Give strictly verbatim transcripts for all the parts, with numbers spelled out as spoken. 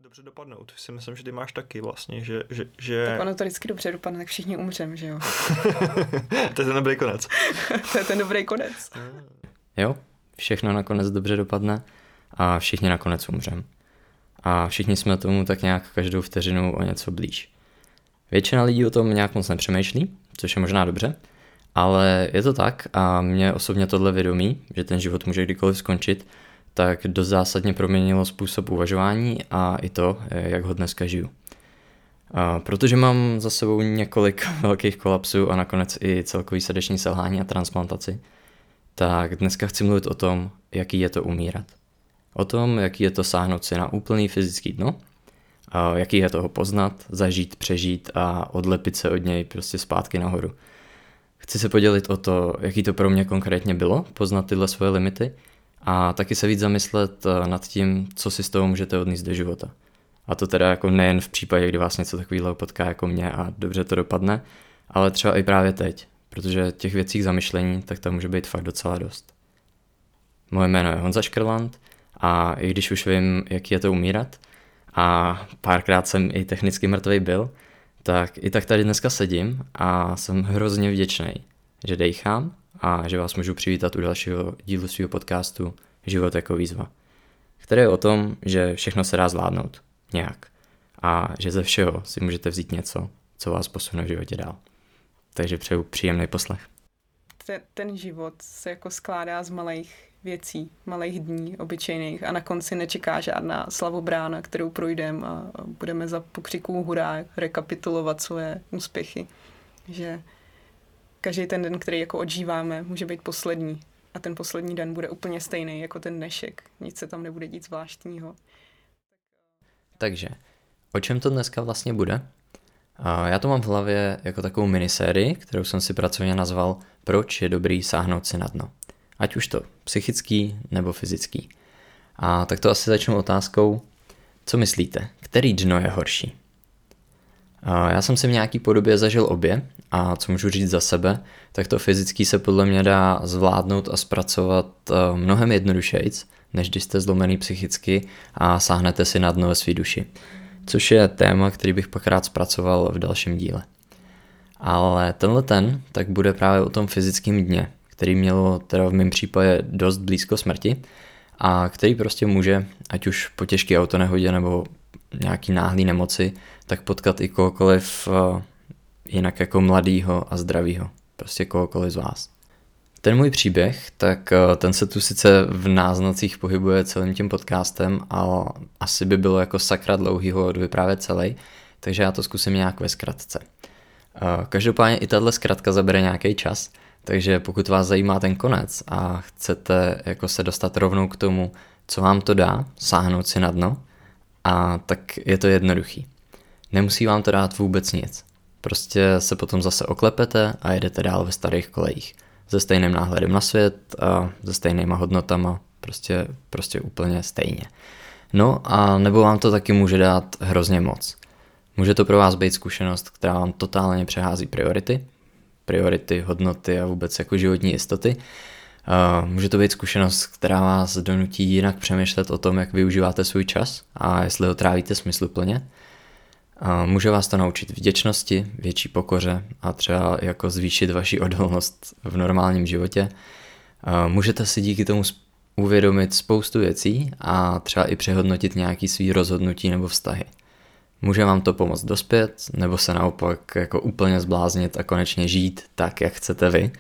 dobře dopadnout. Si myslím, že ty máš taky vlastně, že... že, že... Tak ono to vždycky dobře dopadne, tak všichni umřem, že jo? To je ten dobrý konec. To je ten dobrý konec. Jo, všechno nakonec dobře dopadne a všichni nakonec umřem. A všichni jsme tomu tak nějak každou vteřinu o něco blíž. Většina lidí o tom nějak moc nepřemýšlí, což je možná dobře, ale je to tak a mě osobně tohle vědomí, že ten život může kdykoliv skončit, tak dost zásadně proměnilo způsob uvažování a i to, jak ho dneska žiju. A protože mám za sebou několik velkých kolapsů a nakonec i celkový srdeční selhání a transplantaci, tak dneska chci mluvit o tom, jaký je to umírat. O tom, jaký je to sáhnout si na úplný fyzický dno, a jaký je to ho poznat, zažít, přežít a odlepit se od něj prostě zpátky nahoru. Chci se podělit o to, jaký to pro mě konkrétně bylo, poznat tyhle svoje limity a taky se víc zamyslet nad tím, co si z toho můžete odníst do života. A to teda jako nejen v případě, kdy vás něco takového potká jako mě a dobře to dopadne, ale třeba i právě teď, protože těch věcí k zamyšlení, tak tam může být fakt docela dost. Moje jméno je Honza Škrland a i když už vím, jaký je to umírat a párkrát jsem i technicky mrtvej byl, tak i tak tady dneska sedím a jsem hrozně vděčný, že dejchám a že vás můžu přivítat u dalšího dílu svého podcastu Život jako výzva, který je o tom, že všechno se dá zvládnout nějak a že ze všeho si můžete vzít něco, co vás posune v životě dál. Takže přeju příjemný poslech. Ten, ten život se jako skládá z malých věcí, malých dní, obyčejných a na konci nečeká žádná slavobrána, kterou projdeme a budeme za pokřiků hurá rekapitulovat svoje úspěchy. Že každý ten den, který jako odžíváme, může být poslední a ten poslední den bude úplně stejný jako ten dnešek. Nic se tam nebude dít zvláštního. Takže, o čem to dneska vlastně bude? Já to mám v hlavě jako takovou minisérii, kterou jsem si pracovně nazval Proč je dobrý sáhnout si na dno. Ať už to psychický nebo fyzický. A tak to asi začnu otázkou, co myslíte, který dno je horší? Já jsem si v nějaký podobě zažil obě a co můžu říct za sebe, tak to fyzický se podle mě dá zvládnout a zpracovat mnohem jednodušejc, než když jste zlomený psychicky a sáhnete si na dno ve svý duši. Což je téma, který bych pak rád zpracoval v dalším díle. Ale tenhle ten tak bude právě o tom fyzickém dně, který mělo teda v mém případě dost blízko smrti a který prostě může, ať už po těžké autonehodě nebo nějaký náhlý nemoci, tak potkat i kohokoliv jinak jako mladýho a zdravýho. Prostě kohokoliv z vás. Ten můj příběh, tak ten se tu sice v náznacích pohybuje celým tím podcastem, ale asi by bylo jako sakra dlouhý ho odvyprávět celý, takže já to zkusím nějak ve zkratce. Každopádně i tahle zkratka zabere nějaký čas, takže pokud vás zajímá ten konec a chcete jako se dostat rovnou k tomu, co vám to dá, sáhnout si na dno, a tak je to jednoduchý. Nemusí vám to dát vůbec nic. Prostě se potom zase oklepete a jedete dál ve starých kolejích. Se stejným náhledem na svět a se stejnýma hodnotama, prostě, prostě úplně stejně. No a nebo vám to taky může dát hrozně moc. Může to pro vás být zkušenost, která vám totálně přehází priority, priority, hodnoty a vůbec jako životní jistoty. Může to být zkušenost, která vás donutí jinak přemýšlet o tom, jak využíváte svůj čas a jestli ho trávíte smysluplně. Může vás to naučit vděčnosti, větší pokoře a třeba jako zvýšit vaši odolnost v normálním životě. Můžete si díky tomu uvědomit spoustu věcí a třeba i přehodnotit nějaký svý rozhodnutí nebo vztahy. Může vám to pomoct dospět, nebo se naopak jako úplně zbláznit a konečně žít tak, jak chcete vy.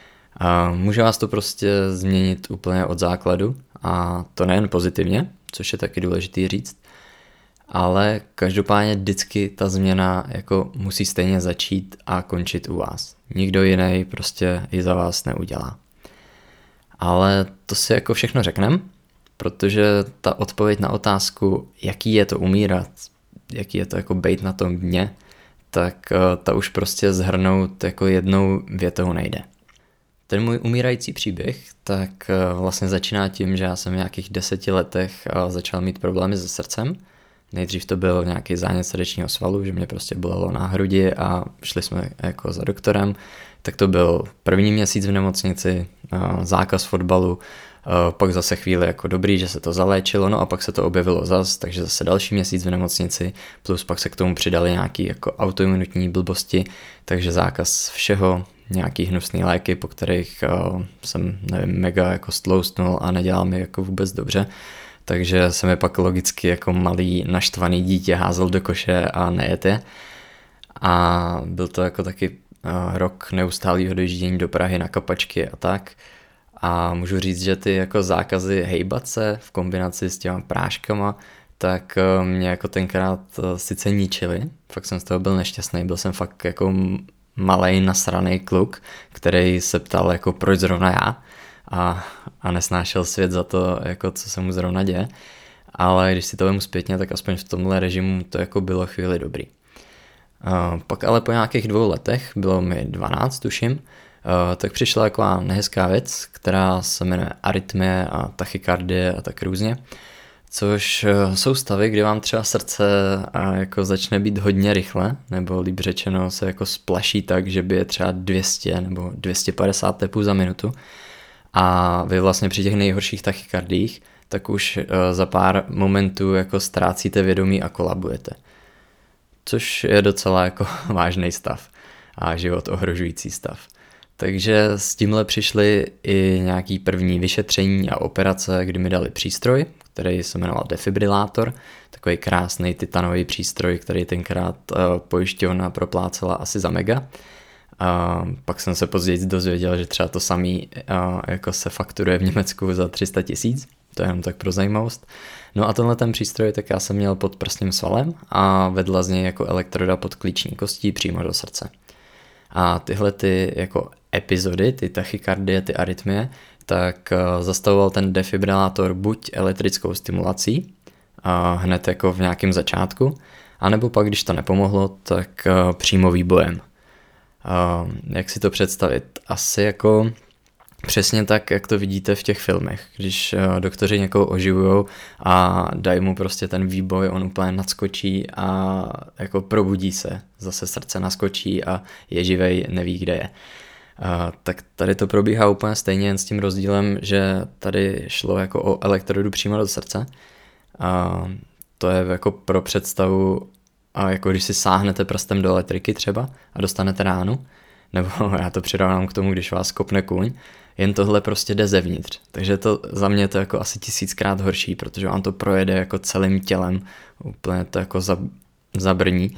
A může vás to prostě změnit úplně od základu a to nejen pozitivně, což je taky důležitý říct, ale každopádně vždycky ta změna jako musí stejně začít a končit u vás. Nikdo jiný prostě ji za vás neudělá. Ale to si jako všechno řekneme, protože ta odpověď na otázku, jaký je to umírat, jaký je to jako bejt na tom dně, tak ta už prostě zhrnout jako jednou větou nejde. Ten můj umírající příběh tak vlastně začíná tím, že já jsem v nějakých deseti letech začal mít problémy se srdcem. Nejdřív to byl nějaký zánět srdečního svalu, že mě prostě bolelo na hrudi a šli jsme jako za doktorem. Tak to byl první měsíc v nemocnici, zákaz fotbalu, pak zase chvíli jako dobrý, že se to zaléčilo, no a pak se to objevilo zas, takže zase další měsíc v nemocnici, plus pak se k tomu přidali nějaký jako autoimunitní blbosti, takže zákaz všeho, nějaký hnusný léky, po kterých uh, jsem, nevím, mega jako stloustnul a nedělal mi jako vůbec dobře, takže jsem je pak logicky jako malý naštvaný dítě házel do koše a nejet je. A byl to jako taky uh, rok neustálého dojíždění do Prahy na kapačky a tak. A můžu říct, že ty jako zákazy hejbat se v kombinaci s těma práškama, tak uh, mě jako tenkrát uh, sice ničily, fakt jsem z toho byl nešťastný, byl jsem fakt jako malej nasranej kluk, který se ptal jako proč zrovna já a, a nesnášel svět za to, jako co se mu zrovna děje. Ale když si to vemu zpětně, tak aspoň v tomhle režimu to jako bylo chvíli dobrý. Uh, pak ale po nějakých dvou letech, bylo mi dvanáct tuším, uh, tak přišla taková nehezká věc, která se jmenuje arytmie a tachykardie a tak různě, což uh, jsou stavy, kdy vám třeba srdce uh, jako začne být hodně rychle, nebo líp řečeno se jako splaší tak, že by je třeba dvě stě nebo dvě stě padesát tepů za minutu a vy vlastně při těch nejhorších tachykardiích tak už uh, za pár momentů jako ztrácíte vědomí a kolabujete. Což je docela jako vážný stav a život ohrožující stav. Takže s tímhle přišly i nějaký první vyšetření a operace, kdy mi dali přístroj, který se jmenoval defibrilátor, takový krásný titanový přístroj, který tenkrát uh, pojišťovna proplácela asi za mega. Uh, pak jsem se později dozvěděl, že třeba to samý uh, jako se fakturuje v Německu za tři sta tisíc. To je jenom tak pro zajímavost. No a tenhle ten přístroj tak já jsem měl pod prsním svalem a vedla z něj jako elektroda pod klíční kostí přímo do srdce. A tyhle ty jako epizody, ty tachykardie, ty arytmie, tak uh, zastavoval ten defibrilátor buď elektrickou stimulací, uh, hned jako v nějakém začátku, anebo pak, když to nepomohlo, tak uh, přímo výbojem. Uh, jak si to představit? Asi jako přesně tak, jak to vidíte v těch filmech, když uh, doktoři někoho oživujou a dají mu prostě ten výboj, on úplně nadskočí a jako probudí se, zase srdce naskočí a je živej, neví, kde je. Uh, tak tady to probíhá úplně stejně, jen s tím rozdílem, že tady šlo jako o elektrodu přímo do srdce. Uh, to je jako pro představu, a jako když si sáhnete prstem do elektriky třeba a dostanete ránu, nebo já to přirovnám k tomu, když vás kopne kůň, jen tohle prostě jde zevnitř. Takže to za mě to jako asi tisíckrát horší, protože vám to projede jako celým tělem, úplně to jako zabrní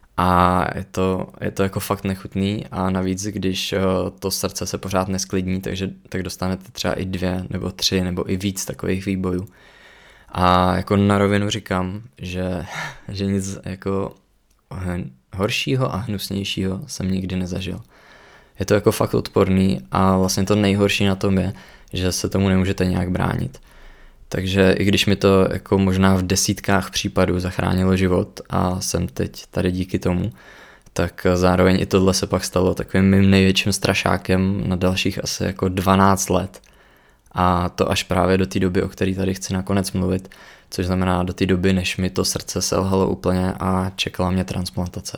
a je to, je to jako fakt nechutný a navíc, když to srdce se pořád nesklidní, takže tak dostanete třeba i dvě nebo tři nebo i víc takových výbojů. A jako na rovinu říkám, že, že nic jako horšího a hnusnějšího jsem nikdy nezažil. Je to jako fakt odporný a vlastně to nejhorší na tom je, že se tomu nemůžete nějak bránit. Takže i když mi to jako možná v desítkách případů zachránilo život a jsem teď tady díky tomu, tak zároveň i tohle se pak stalo takovým mým největším strašákem na dalších asi jako dvanáct let. A to až právě do té doby, o které tady chci nakonec mluvit, což znamená do té doby, než mi to srdce selhalo úplně a čekala mě transplantace.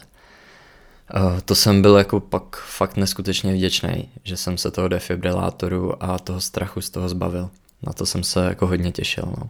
Uh, to jsem byl jako pak fakt neskutečně vděčný, že jsem se toho defibrilátoru a toho strachu z toho zbavil. Na to jsem se jako hodně těšil. No.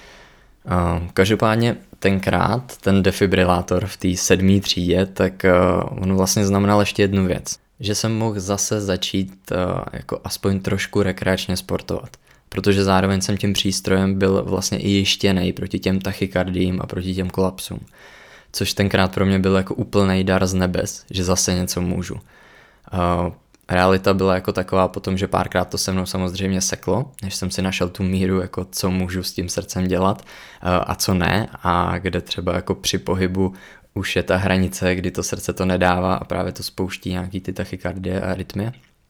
Uh, každopádně tenkrát ten defibrilátor v té sedmé třídě, tak uh, on vlastně znamenal ještě jednu věc. Že jsem mohl zase začít uh, jako aspoň trošku rekreačně sportovat. Protože zároveň jsem tím přístrojem byl vlastně i jištěnej proti těm tachykardím a proti těm kolapsům. Což tenkrát pro mě byl jako úplnej dar z nebes, že zase něco můžu. Uh, realita byla jako taková potom, že párkrát to se mnou samozřejmě seklo, než jsem si našel tu míru, jako co můžu s tím srdcem dělat uh, a co ne, a kde třeba jako při pohybu už je ta hranice, kdy to srdce to nedává a právě to spouští nějaký ty tachykardie a rytmy.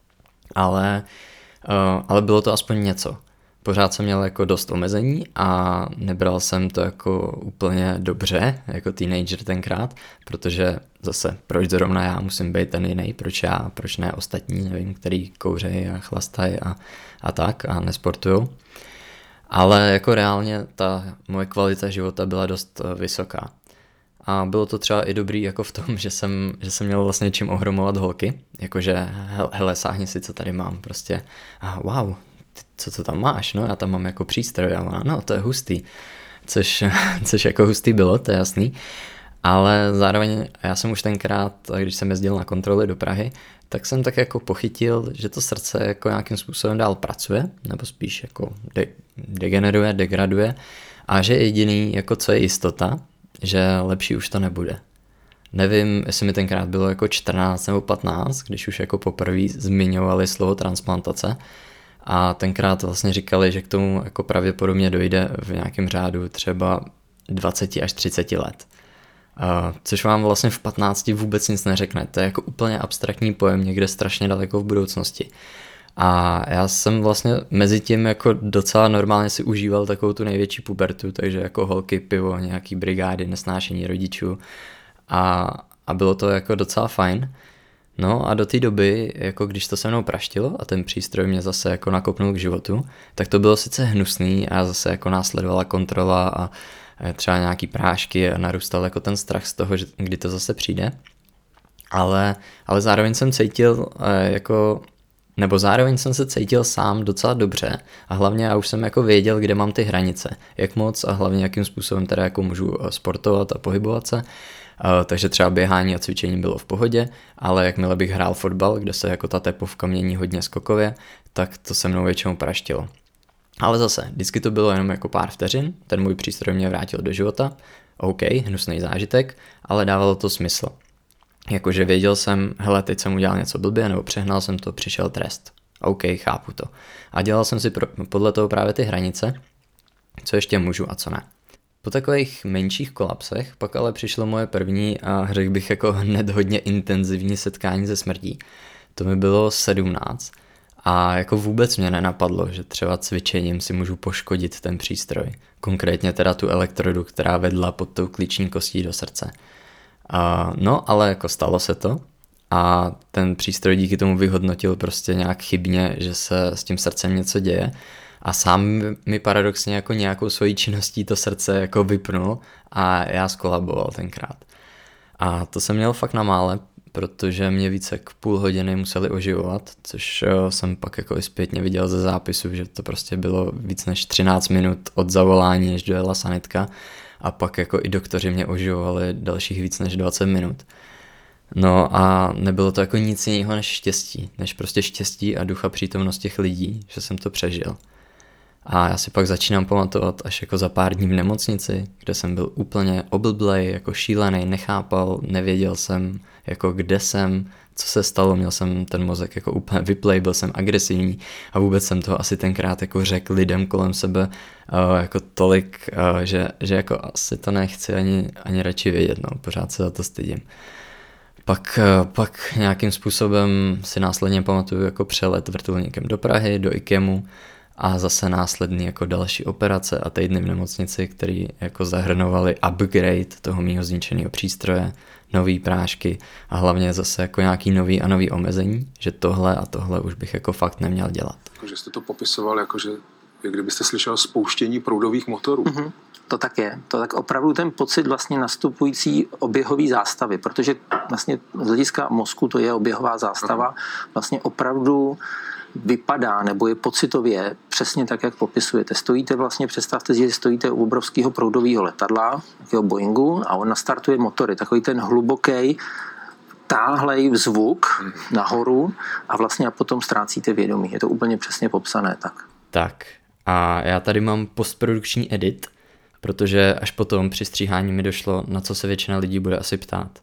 Ale, uh, ale bylo to aspoň něco. Pořád jsem měl jako dost omezení a nebral jsem to jako úplně dobře, jako teenager tenkrát, protože zase proč zrovna já musím být ten jiný, proč já, proč ne ostatní, nevím, který kouřejí a chlastají a, a tak a nesportujou. Ale jako reálně ta moje kvalita života byla dost vysoká. A bylo to třeba i dobrý jako v tom, že jsem, že jsem měl vlastně čím ohromovat holky, jakože hele, sáhni si, co tady mám, prostě wow, co to tam máš? No já tam mám jako přístroj a ona, no to je hustý, což, což jako hustý bylo, to je jasný. Ale zároveň já jsem už tenkrát, když jsem jezdil na kontroly do Prahy, tak jsem tak jako pochytil, že to srdce jako nějakým způsobem dál pracuje, nebo spíš jako de- degeneruje, degraduje a že jediný, jako co je jistota, že lepší už to nebude. Nevím, jestli mi tenkrát bylo jako čtrnáct nebo patnáct, když už jako poprvé zmiňovali slovo transplantace a tenkrát vlastně říkali, že k tomu jako pravděpodobně dojde v nějakém řádu třeba dvacet až třicet let. Uh, což vám vlastně v patnácti vůbec nic neřekne. To je jako úplně abstraktní pojem někde strašně daleko v budoucnosti. A já jsem vlastně mezi tím jako docela normálně si užíval takovou tu největší pubertu, takže jako holky, pivo, nějaký brigády, nesnášení rodičů a, a bylo to jako docela fajn. No a do té doby, jako když to se mnou praštilo a ten přístroj mě zase jako nakopnul k životu, tak to bylo sice hnusný a zase jako následovala kontrola a třeba nějaký prášky a narůstal jako ten strach z toho, že, kdy to zase přijde. Ale, ale zároveň jsem cítil jako, nebo zároveň jsem se cítil sám docela dobře a hlavně já už jsem jako věděl, kde mám ty hranice, jak moc a hlavně jakým způsobem teda jako můžu sportovat a pohybovat se. Uh, takže třeba běhání a cvičení bylo v pohodě, ale jakmile bych hrál fotbal, kde se jako ta tepovka mění hodně skokově, tak to se mnou většinou praštilo. Ale zase, vždycky to bylo jenom jako pár vteřin, ten můj přístroj mě vrátil do života, OK, hnusný zážitek, ale dávalo to smysl. Jakože věděl jsem, hele, teď jsem udělal něco blbě, nebo přehnal jsem to, přišel trest. OK, chápu to. A dělal jsem si pro, podle toho právě ty hranice, co ještě můžu a co ne. Po takových menších kolapsech pak ale přišlo moje první a řekl bych jako hned hodně intenzivní setkání se smrtí. To mi bylo sedmnáct a jako vůbec mě nenapadlo, že třeba cvičením si můžu poškodit ten přístroj. Konkrétně teda tu elektrodu, která vedla pod tou klíční kostí do srdce. A no, ale jako stalo se to a ten přístroj díky tomu vyhodnotil prostě nějak chybně, že se s tím srdcem něco děje. A sám mi paradoxně jako nějakou svojí činností to srdce jako vypnul a já skolaboval tenkrát. A to jsem měl fakt na mále, protože mě více jak půl hodiny museli oživovat, což jsem pak jako i zpětně viděl ze zápisu, že to prostě bylo víc než třináct minut od zavolání, než dojela sanitka a pak jako i doktoři mě oživovali dalších víc než dvacet minut. No a nebylo to jako nic jiného než štěstí, než prostě štěstí a ducha přítomnost těch lidí, že jsem to přežil. A já si pak začínám pamatovat až jako za pár dní v nemocnici, kde jsem byl úplně oblblej, jako šílený, nechápal, nevěděl jsem, jako kde jsem, co se stalo, měl jsem ten mozek jako úplně vyplej, byl jsem agresivní a vůbec jsem toho asi tenkrát jako řekl lidem kolem sebe uh, jako tolik, uh, že, že jako asi to nechci ani, ani radši vědět, no, pořád se za to stydím. Pak, uh, pak nějakým způsobem si následně pamatuju jako přelet vrtulníkem do Prahy, do IKEMu, a zase následný jako další operace a týdny v nemocnici, které jako zahrnovaly upgrade toho mýho zničeného přístroje, nový prášky a hlavně zase jako nějaký nový a nový omezení, že tohle a tohle už bych jako fakt neměl dělat. Že jste to popisoval jako, že kdybyste slyšel spouštění proudových motorů. Mm-hmm. To tak je. To tak opravdu ten pocit vlastně nastupující oběhový zástavy, protože vlastně z hlediska mozku to je oběhová zástava, vlastně opravdu vypadá nebo je pocitově přesně tak, jak popisujete. Stojíte vlastně, představte si, že stojíte u obrovského proudového letadla, takového Boeingu a on nastartuje motory. Takový ten hluboký, táhlej zvuk nahoru a vlastně a potom ztrácíte vědomí. Je to úplně přesně popsané tak. Tak a já tady mám postprodukční edit, protože až potom při stříhání mi došlo, na co se většina lidí bude asi ptát.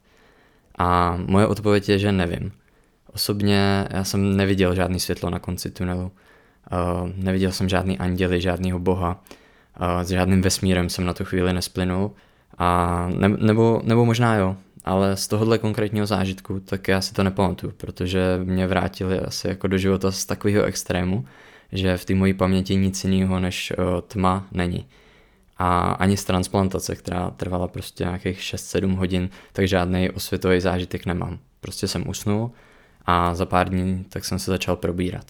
A moje odpověď je, že nevím. Osobně já jsem neviděl žádný světlo na konci tunelu. Uh, neviděl jsem žádný anděly, žádnýho boha. Uh, s žádným vesmírem jsem na tu chvíli nesplynul. A ne, nebo, nebo možná jo, ale z tohohle konkrétního zážitku tak já si to nepamatuju, protože mě vrátili asi jako do života z takového extrému, že v té mojí paměti nic jiného než uh, tma není. A ani z transplantace, která trvala prostě nějakých šest sedm hodin, tak žádný osvětový zážitek nemám. Prostě jsem usnul a za pár dní tak jsem se začal probírat.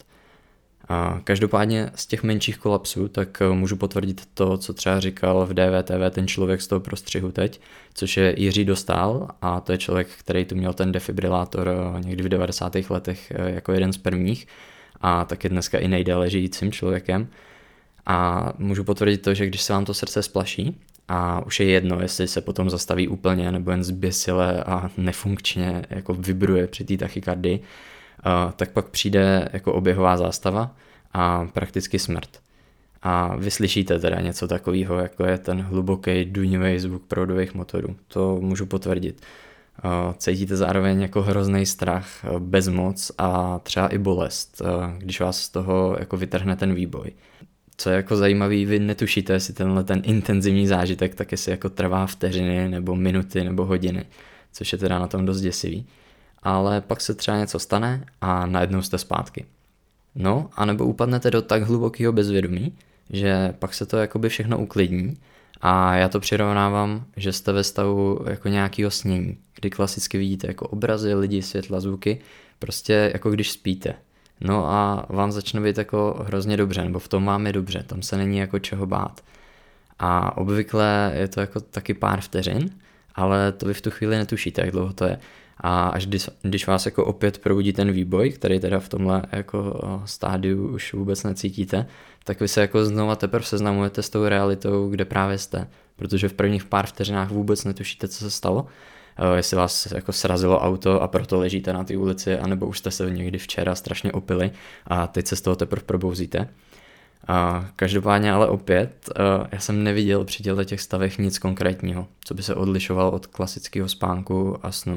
A každopádně z těch menších kolapsů tak můžu potvrdit to, co třeba říkal v D V T V ten člověk z toho prostřihu teď, což je Jiří Dostál a to je člověk, který tu měl ten defibrilátor někdy v devadesátých letech jako jeden z prvních a taky dneska i nejdéle žijícím člověkem. A můžu potvrdit to, že když se vám to srdce splaší a už je jedno, jestli se potom zastaví úplně nebo jen zběsile a nefunkčně jako vibruje při té tachykardii, tak pak přijde jako oběhová zástava a prakticky smrt. A vy slyšíte teda něco takového, jako je ten hluboký důnivý zvuk proudových motorů. To můžu potvrdit. Cítíte zároveň jako hrozný strach, bezmoc a třeba i bolest, když vás z toho jako vytrhne ten výboj. Co je jako zajímavý, vy netušíte, jestli tenhle ten intenzivní zážitek tak jestli jako trvá vteřiny nebo minuty nebo hodiny, což je teda na tom dost děsivý. Ale pak se třeba něco stane a najednou jste zpátky. No, anebo upadnete do tak hlubokého bezvědomí, že pak se to jakoby všechno uklidní a já to přirovnávám, že jste ve stavu jako nějakého snění, kdy klasicky vidíte jako obrazy, lidi, světla, zvuky, prostě jako když spíte. No a vám začne být jako hrozně dobře, nebo v tom vám je dobře, tam se není jako čeho bát. A obvykle je to jako taky pár vteřin, ale to vy v tu chvíli netušíte, jak dlouho to je. A až když, když vás jako opět probudí ten výboj, který teda v tomhle jako stádiu už vůbec necítíte, tak vy se jako znova teprve seznamujete s tou realitou, kde právě jste. Protože v prvních pár vteřinách vůbec netušíte, co se stalo. Jestli vás jako srazilo auto a proto ležíte na té ulici, anebo už jste se někdy včera strašně opili a teď se z toho teprve probouzíte. A každopádně ale opět, já jsem neviděl při těchto těch stavech nic konkrétního, co by se odlišovalo od klasického spánku a snu.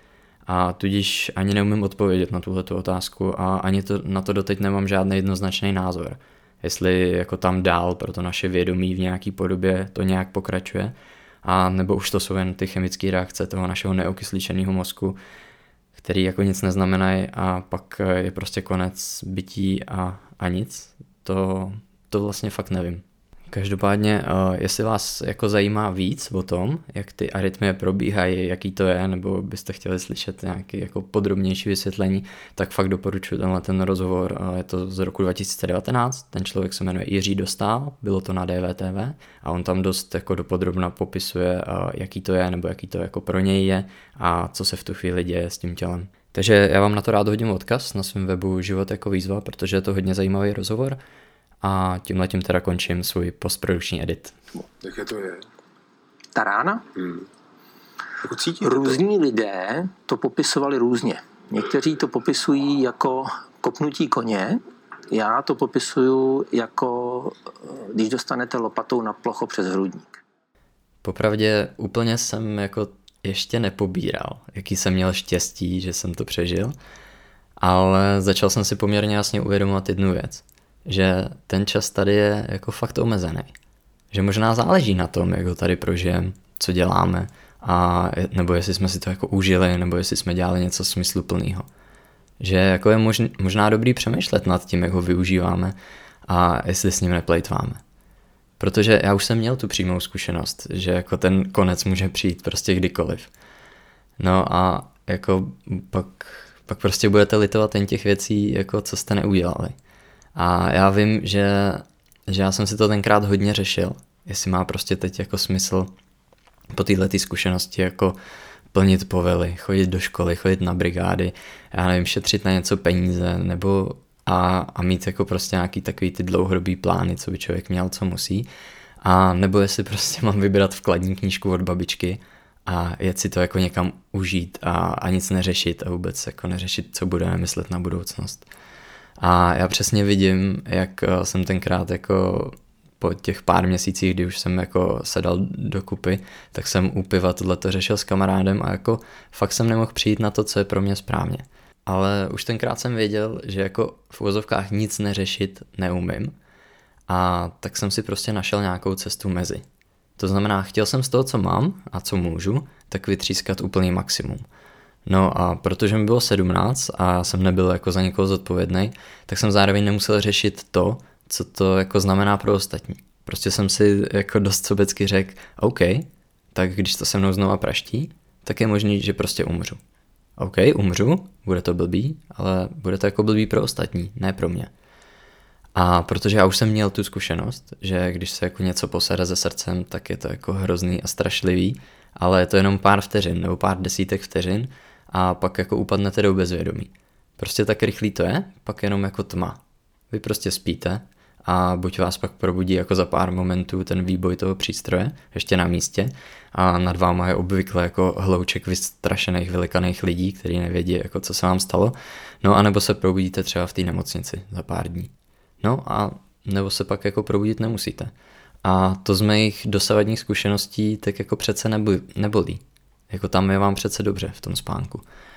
A tudíž ani neumím odpovědět na tuhletu otázku a ani to, na to doteď nemám žádný jednoznačný názor. Jestli jako tam dál pro to naše vědomí v nějaký podobě to nějak pokračuje, a nebo už to jsou jen ty chemické reakce toho našeho neokysličeného mozku, který jako nic neznamenají a pak je prostě konec bytí a, a nic. To, to vlastně fakt nevím. Každopádně, jestli vás jako zajímá víc o tom, jak ty arytmie probíhají, jaký to je, nebo byste chtěli slyšet nějaké jako podrobnější vysvětlení, tak fakt doporučuji tenhle ten rozhovor. Je to z roku dva tisíce devatenáct, ten člověk se jmenuje Jiří Dostál, bylo to na D V T V a on tam dost jako dopodrobna popisuje, jaký to je, nebo jaký to jako pro něj je a co se v tu chvíli děje s tím tělem. Takže já vám na to rád hodím odkaz na svém webu Život jako výzva, protože je to hodně zajímavý rozhovor. A tímhletím teda končím svůj postprodukční edit. Jaké to je? Ta rána? Hmm. Jako cítíte Různí to? lidé to popisovali různě. Někteří to popisují jako kopnutí koně, já to popisuju jako když dostanete lopatou na plocho přes hrudník. Popravdě úplně jsem jako ještě nepobíral, jaký jsem měl štěstí, že jsem to přežil, ale začal jsem si poměrně jasně uvědomovat jednu věc. Že ten čas tady je jako fakt omezený. Že možná záleží na tom, jak ho tady prožijeme, co děláme, a nebo jestli jsme si to jako užili, nebo jestli jsme dělali něco smysluplného. Že jako je možn, možná dobrý přemýšlet nad tím, jak ho využíváme a jestli s ním neplejtváme. Protože já už jsem měl tu přímou zkušenost, že jako ten konec může přijít prostě kdykoliv. No a jako pak, pak prostě budete litovat jen těch věcí, jako co jste neudělali. A já vím, že, že já jsem si to tenkrát hodně řešil, jestli má prostě teď jako smysl po této zkušenosti jako plnit povely, chodit do školy, chodit na brigády, já nevím, šetřit na něco peníze, nebo a, a mít jako prostě nějaký takový ty dlouhodobý plány, co by člověk měl, co musí, a nebo jestli prostě mám vybrat vkladní knížku od babičky a jet si to jako někam užít a, a nic neřešit a vůbec jako neřešit, co budeme myslet na budoucnost. A já přesně vidím, jak jsem tenkrát jako po těch pár měsících, kdy už jsem jako sedal dokupy, tak jsem u piva tohleto řešil s kamarádem a jako fakt jsem nemohl přijít na to, co je pro mě správně. Ale už tenkrát jsem věděl, že jako v uvozovkách nic neřešit neumím, a tak jsem si prostě našel nějakou cestu mezi. To znamená, chtěl jsem z toho, co mám a co můžu, tak vytřískat úplný maximum. No a protože mi bylo sedmnáct a jsem nebyl jako za někoho zodpovědný, tak jsem zároveň nemusel řešit to, co to jako znamená pro ostatní. Prostě jsem si jako dost sobecky řekl, OK, tak když to se mnou znova praští, tak je možný, že prostě umřu. OK, umřu, bude to blbý, ale bude to jako blbý pro ostatní, ne pro mě. A protože já už jsem měl tu zkušenost, že když se jako něco posere se srdcem, tak je to jako hrozný a strašlivý, ale je to jenom pár vteřin nebo pár desítek vteřin a pak jako upadnete do bezvědomí. Prostě tak rychlý to je, pak jenom jako tma. Vy prostě spíte a buď vás pak probudí jako za pár momentů ten výboj toho přístroje, ještě na místě, a nad váma je obvykle jako hlouček vystrašených, vylikaných lidí, kteří nevědí, jako co se vám stalo, no a nebo se probudíte třeba v té nemocnici za pár dní. No a nebo se pak jako probudit nemusíte. A to z mých dosavadních zkušeností tak jako přece nebolí. Jako tam je vám přece dobře v tom spánku.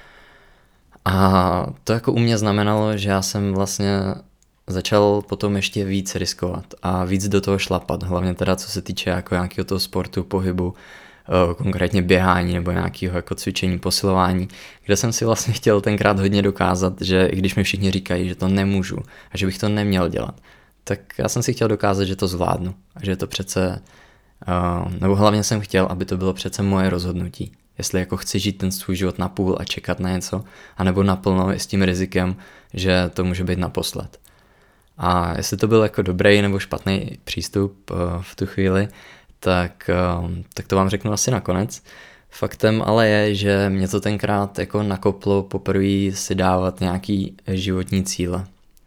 A to jako u mě znamenalo, že já jsem vlastně začal potom ještě víc riskovat a víc do toho šlapat, hlavně teda co se týče jako nějakého toho sportu, pohybu, konkrétně běhání nebo nějakého jako cvičení, posilování, kde jsem si vlastně chtěl tenkrát hodně dokázat, že i když mi všichni říkají, že to nemůžu a že bych to neměl dělat, tak já jsem si chtěl dokázat, že to zvládnu a že to přece, nebo hlavně jsem chtěl, aby to bylo přece moje rozhodnutí. Jestli jako chci žít ten svůj život na půl a čekat na něco, anebo naplno i s tím rizikem, že to může být naposled. A jestli to byl jako dobrý nebo špatný přístup v tu chvíli, tak, tak to vám řeknu asi nakonec. Faktem ale je, že mě to tenkrát jako nakoplo poprvé si dávat nějaký životní cíle.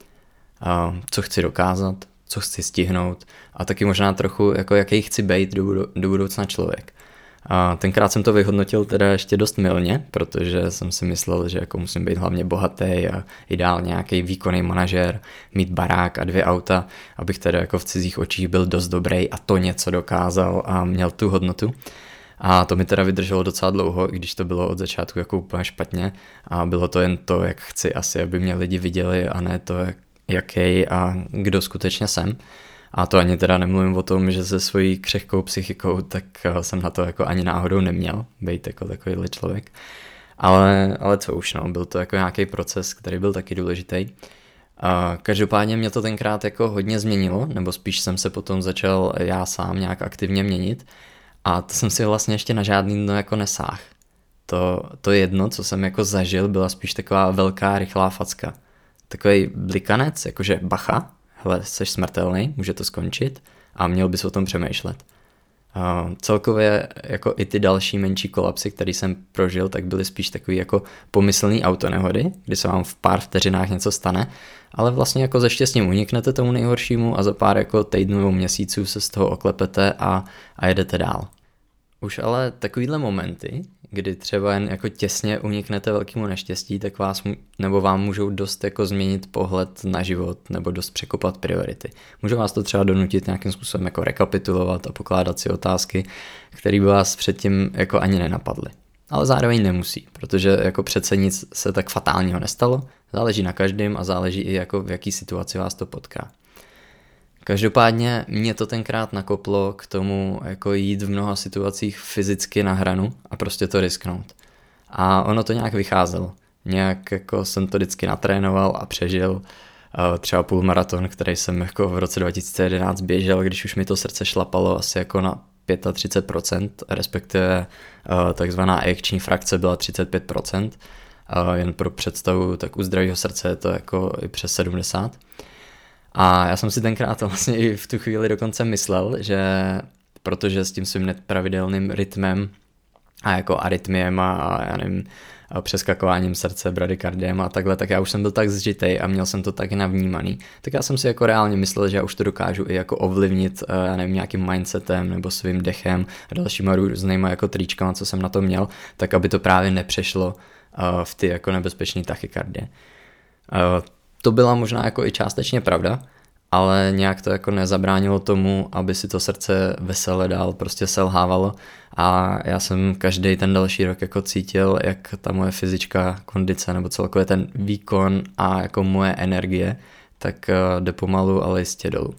Co chci dokázat, co chci stihnout a taky možná trochu jako jaký chci být do, do budoucna člověk. A tenkrát jsem to vyhodnotil teda ještě dost mylně, protože jsem si myslel, že jako musím být hlavně bohatý a ideálně nějaký výkonný manažer, mít barák a dvě auta, abych teda jako v cizích očích byl dost dobrý a to něco dokázal a měl tu hodnotu. A to mi teda vydrželo docela dlouho, i když to bylo od začátku jako úplně špatně a bylo to jen to, jak chci asi, aby mě lidi viděli a ne to, jak, jaký a kdo skutečně jsem. A to ani teda nemluvím o tom, že se svojí křehkou psychikou, tak jsem na to jako ani náhodou neměl, být jako takovýhle člověk. Ale, ale co už, no, byl to jako nějaký proces, který byl taky důležitý. A každopádně mě to tenkrát jako hodně změnilo, nebo spíš jsem se potom začal já sám nějak aktivně měnit a to jsem si vlastně ještě na žádný dno jako nesáhl. To, to jedno, co jsem jako zažil, byla spíš taková velká rychlá facka. Takový blikanec, jakože bacha, hele, jsi smrtelný, může to skončit a měl bys o tom přemýšlet. Uh, celkově jako i ty další menší kolapsy, které jsem prožil, tak byly spíš takový jako pomyslný autonehody, kdy se vám v pár vteřinách něco stane, ale vlastně jako ze štěstím uniknete tomu nejhoršímu a za pár jako týdnů nebo měsíců se z toho oklepete a, a jedete dál. Už ale takovýhle momenty, kdy třeba jen jako těsně uniknete velkému neštěstí, tak vás nebo vám můžou dost jako změnit pohled na život nebo dost překopat priority. Může vás to třeba donutit nějakým způsobem jako rekapitulovat a pokládat si otázky, které by vás předtím jako ani nenapadly. Ale zároveň nemusí, protože jako přece nic se tak fatálního nestalo, záleží na každém a záleží i jako v jaký situaci vás to potká. Každopádně mě to tenkrát nakoplo k tomu jako jít v mnoha situacích fyzicky na hranu a prostě to risknout. A ono to nějak vycházelo. Nějak jako jsem to vždycky natrénoval a přežil. Třeba půlmaraton, který jsem jako v roce dva tisíce jedenáct běžel, když už mi to srdce šlapalo asi jako na třicet pět procent, respektive takzvaná ejekční frakce byla třicet pět procent. Jen pro představu, tak u zdravého srdce je to jako i přes sedmdesát. A já jsem si tenkrát vlastně i v tu chvíli dokonce myslel, že protože s tím svým nepravidelným rytmem a jako arytmiem a já nevím, a přeskakováním srdce, bradykardiem a takhle, tak já už jsem byl tak zžitej a měl jsem to tak navnímaný, tak já jsem si jako reálně myslel, že já už to dokážu i jako ovlivnit, já nevím, nějakým mindsetem nebo svým dechem a dalšíma různýma jako tričkama, co jsem na to měl, tak aby to právě nepřešlo v ty jako nebezpečné tachykardie. To byla možná jako i částečně pravda, ale nějak to jako nezabránilo tomu, aby si to srdce vesele dál prostě selhávalo a já jsem každý ten další rok jako cítil, jak ta moje fyzička, kondice nebo celkově ten výkon a jako moje energie, tak jde pomalu, ale jistě dolů.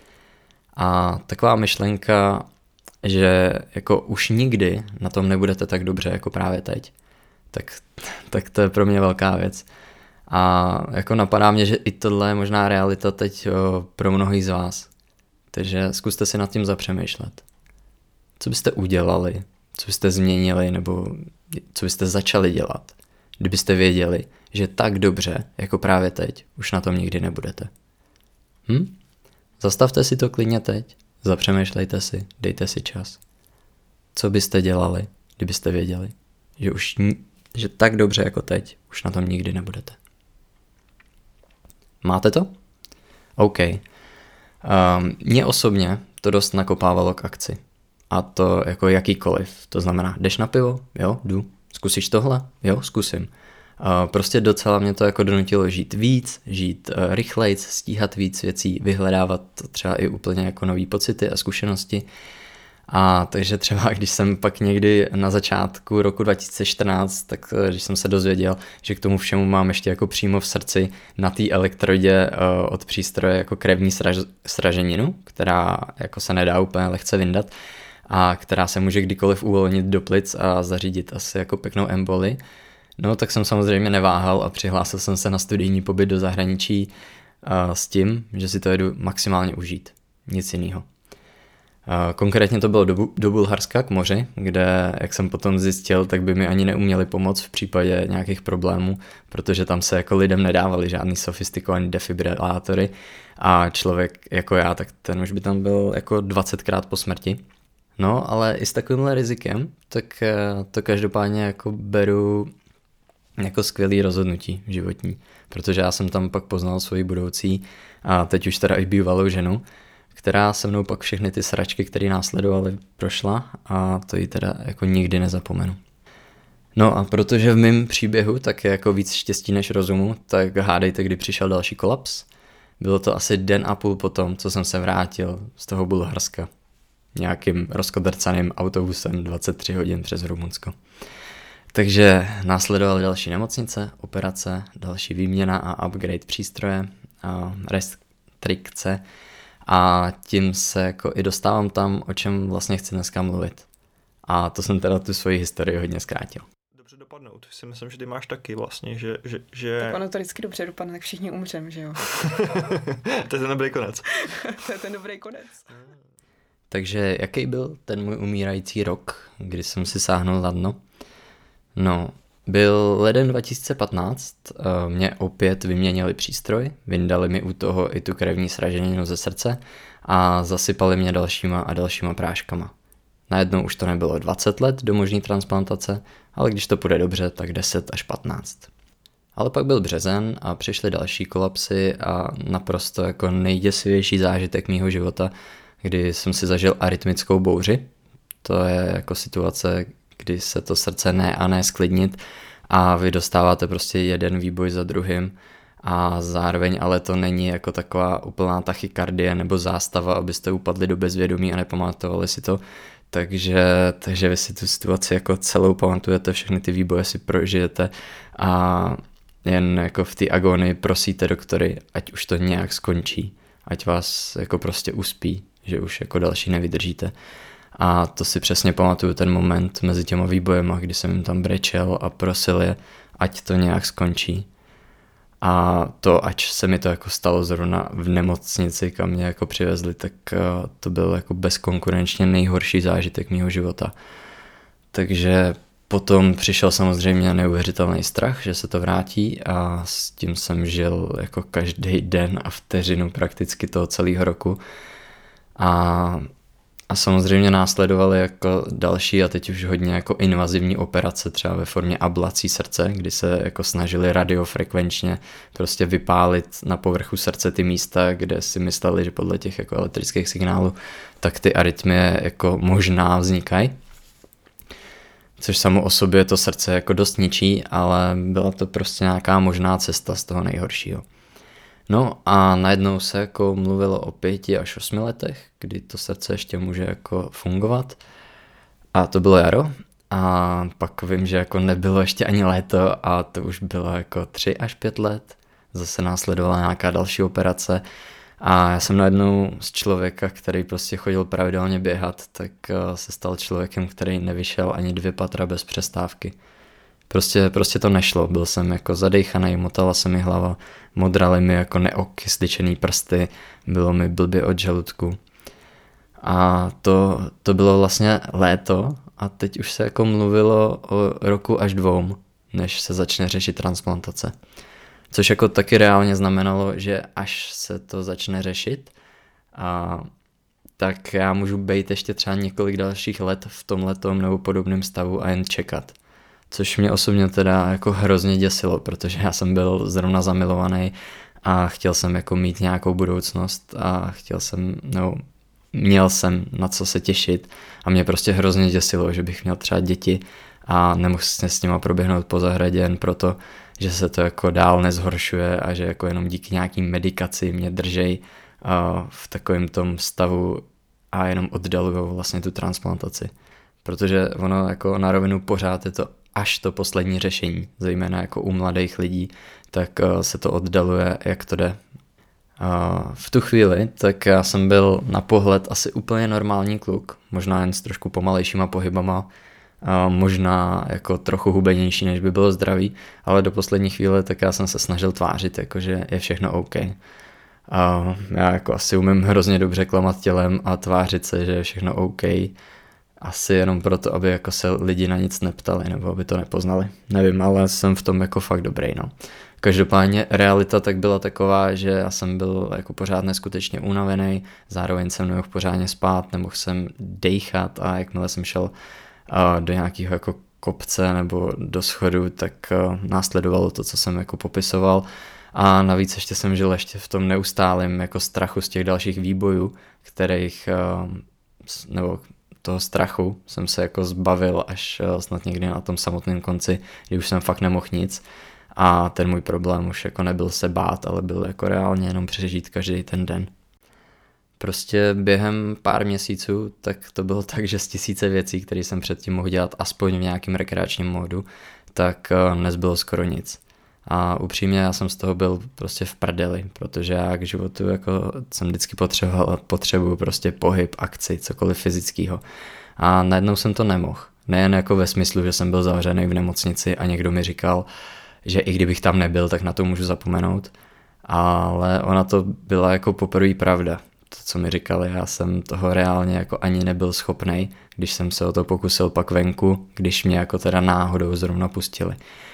A taková myšlenka, že jako už nikdy na tom nebudete tak dobře jako právě teď, tak, tak to je pro mě velká věc. A jako napadá mě, že i tohle je možná realita teď pro mnohý z vás. Takže zkuste si nad tím zapřemýšlet. Co byste udělali, co byste změnili, nebo co byste začali dělat, kdybyste věděli, že tak dobře, jako právě teď, už na tom nikdy nebudete. Hm? Zastavte si to klidně teď, zapřemýšlejte si, dejte si čas. Co byste dělali, kdybyste věděli, že už že tak dobře jako teď, už na tom nikdy nebudete. Máte to? OK. Um, mě osobně to dost nakopávalo k akci. A to jako jakýkoliv. To znamená, jdeš na pivo? Jo, jdu. Zkusíš tohle? Jo, zkusím. Uh, prostě docela mě to jako donutilo žít víc, žít uh, rychlejc, stíhat víc věcí, vyhledávat třeba i úplně jako nový pocity a zkušenosti. A takže třeba, když jsem pak někdy na začátku roku dva tisíce čtrnáct, tak když jsem se dozvěděl, že k tomu všemu mám ještě jako přímo v srdci na té elektrodě uh, od přístroje jako krevní sraž, sraženinu, která jako se nedá úplně lehce vyndat a která se může kdykoliv uvolnit do plic a zařídit asi jako pěknou emboli, no tak jsem samozřejmě neváhal a přihlásil jsem se na studijní pobyt do zahraničí uh, s tím, že si to jedu maximálně užít. Nic jiného. Konkrétně to bylo do, do Bulharska k moři, kde, jak jsem potom zjistil, tak by mi ani neuměli pomoct v případě nějakých problémů, protože tam se jako lidem nedávali žádný sofistikovaný defibrilátory a člověk jako já, tak ten už by tam byl jako dvacetkrát po smrti. No, ale i s takovýmhle rizikem, tak to každopádně jako beru jako skvělý rozhodnutí životní, protože já jsem tam pak poznal svoji budoucí a teď už teda i bývalou ženu, která se mnou pak všechny ty sračky, které následovaly, prošla a to ji teda jako nikdy nezapomenu. No a protože v mém příběhu tak je jako víc štěstí než rozumu, tak hádejte, kdy přišel další kolaps. Bylo to asi den a půl potom, co jsem se vrátil z toho Bulharska. Nějakým rozkodrcaným autobusem dvacet tři hodin přes Rumunsko. Takže následovaly další nemocnice, operace, další výměna a upgrade přístroje, a restrikce. A tím se jako i dostávám tam, o čem vlastně chci dneska mluvit. A to jsem teda tu svoji historii hodně zkrátil. Dobře dopadnout, si myslím, že ty máš taky vlastně, že... že, že... Tak ono to vždycky dobře dopadne, tak všichni umřem, že jo? To je ten dobrý konec. To je ten dobrý konec. Takže jaký byl ten můj umírající rok, kdy jsem si sáhnul na dno? No, byl leden dva tisíce patnáct, mě opět vyměnili přístroj, vyndali mi u toho i tu krevní sraženinu ze srdce a zasypali mě dalšíma a dalšíma práškama. Najednou už to nebylo dvacet let do možné transplantace, ale když to půjde dobře, tak deset až patnáct. Ale pak byl březen a přišly další kolapsy a naprosto jako nejděsivější zážitek mýho života, kdy jsem si zažil arytmickou bouři. To je jako situace, kdy se to srdce ne a ne sklidnit a vy dostáváte prostě jeden výboj za druhým a zároveň ale to není jako taková úplná tachykardie nebo zástava, abyste upadli do bezvědomí a nepamatovali si to, takže, takže vy si tu situaci jako celou pamatujete, všechny ty výboje si prožijete a jen jako v té agonii prosíte doktory, ať už to nějak skončí, ať vás jako prostě uspí, že už jako další nevydržíte. A to si přesně pamatuju ten moment mezi těma výbojema, kdy jsem jim tam brečel a prosil je, ať to nějak skončí. A to, ač se mi to jako stalo zrovna v nemocnici, kam mě jako přivezli, tak to byl jako bezkonkurenčně nejhorší zážitek mýho života. Takže potom přišel samozřejmě neuvěřitelný strach, že se to vrátí a s tím jsem žil jako každý den a vteřinu prakticky toho celého roku. A A samozřejmě následovaly jako další a teď už hodně jako invazivní operace, třeba ve formě ablací srdce, kdy se jako snažili radiofrekvenčně prostě vypálit na povrchu srdce ty místa, kde si mysleli, že podle těch jako elektrických signálů tak ty arytmie jako možná vznikají. Což samo o sobě to srdce jako dost ničí, ale byla to prostě nějaká možná cesta z toho nejhoršího. No a najednou se jako mluvilo o pěti až osmi letech, kdy to srdce ještě může jako fungovat. A to bylo jaro. A pak vím, že jako nebylo ještě ani léto a to už bylo jako tři až pět let. Zase následovala nějaká další operace. A já jsem najednou z člověka, který prostě chodil pravidelně běhat, tak se stal člověkem, který nevyšel ani dvě patra bez přestávky. Prostě, prostě to nešlo, byl jsem jako zadejchaný, motala se mi hlava, modraly mi jako neokysličený prsty, bylo mi blbě od žaludku. A to, to bylo vlastně léto a teď už se jako mluvilo o roku až dvou, než se začne řešit transplantace. Což jako taky reálně znamenalo, že až se to začne řešit, a tak já můžu být ještě třeba několik dalších let v tomhletom nebo podobném stavu a jen čekat. Což mě osobně teda jako hrozně děsilo, protože já jsem byl zrovna zamilovaný a chtěl jsem jako mít nějakou budoucnost a chtěl jsem, no, měl jsem na co se těšit a mě prostě hrozně děsilo, že bych měl třeba děti a nemohl se s nima proběhnout po zahradě jen proto, že se to jako dál nezhoršuje a že jako jenom díky nějaký medikaci mě držej uh, v takovém tom stavu a jenom oddalujou vlastně tu transplantaci. Protože ono jako na rovinu pořád je to až to poslední řešení, zejména jako u mladých lidí, tak uh, se to oddaluje, jak to jde. Uh, v tu chvíli, tak já jsem byl na pohled asi úplně normální kluk, možná jen s trošku pomalejšíma pohybama, uh, možná jako trochu hubenější, než by bylo zdravý, ale do poslední chvíle tak já jsem se snažil tvářit, jako že je všechno OK. Uh, já jako asi umím hrozně dobře klamat tělem a tvářit se, že je všechno OK, asi jenom proto, aby jako se lidi na nic neptali, nebo aby to nepoznali. Nevím, ale jsem v tom jako fakt dobrý, no. Každopádně realita tak byla taková, že já jsem byl jako pořád neskutečně unavený, zároveň jsem nemohl pořádně spát, nemohl jsem dejchat a jakmile jsem šel uh, do nějakého jako kopce nebo do schodu, tak uh, následovalo to, co jsem jako popisoval a navíc ještě jsem žil ještě v tom neustálém jako strachu z těch dalších výbojů, kterých, uh, nebo toho strachu jsem se jako zbavil až uh, snad někdy na tom samotném konci, kdy už jsem fakt nemohl nic. A ten můj problém už jako nebyl se bát, ale byl jako reálně jenom přežít každý ten den. Prostě během pár měsíců, tak to bylo tak, že z tisíce věcí, které jsem předtím mohl dělat aspoň v nějakém rekreačním módu, tak nezbylo skoro nic. A upřímně já jsem z toho byl prostě v prdeli, protože já k životu jako jsem vždycky potřeboval, potřebuju prostě pohyb, akci, cokoliv fyzického. A najednou jsem to nemohl. Nejen jako ve smyslu, že jsem byl zavřený v nemocnici a někdo mi říkal, že i kdybych tam nebyl, tak na to můžu zapomenout. Ale ona to byla jako poprvé pravda. To, co mi říkali, já jsem toho reálně jako ani nebyl schopnej, když jsem se o to pokusil pak venku, když mě jako teda náhodou zrovna pustili.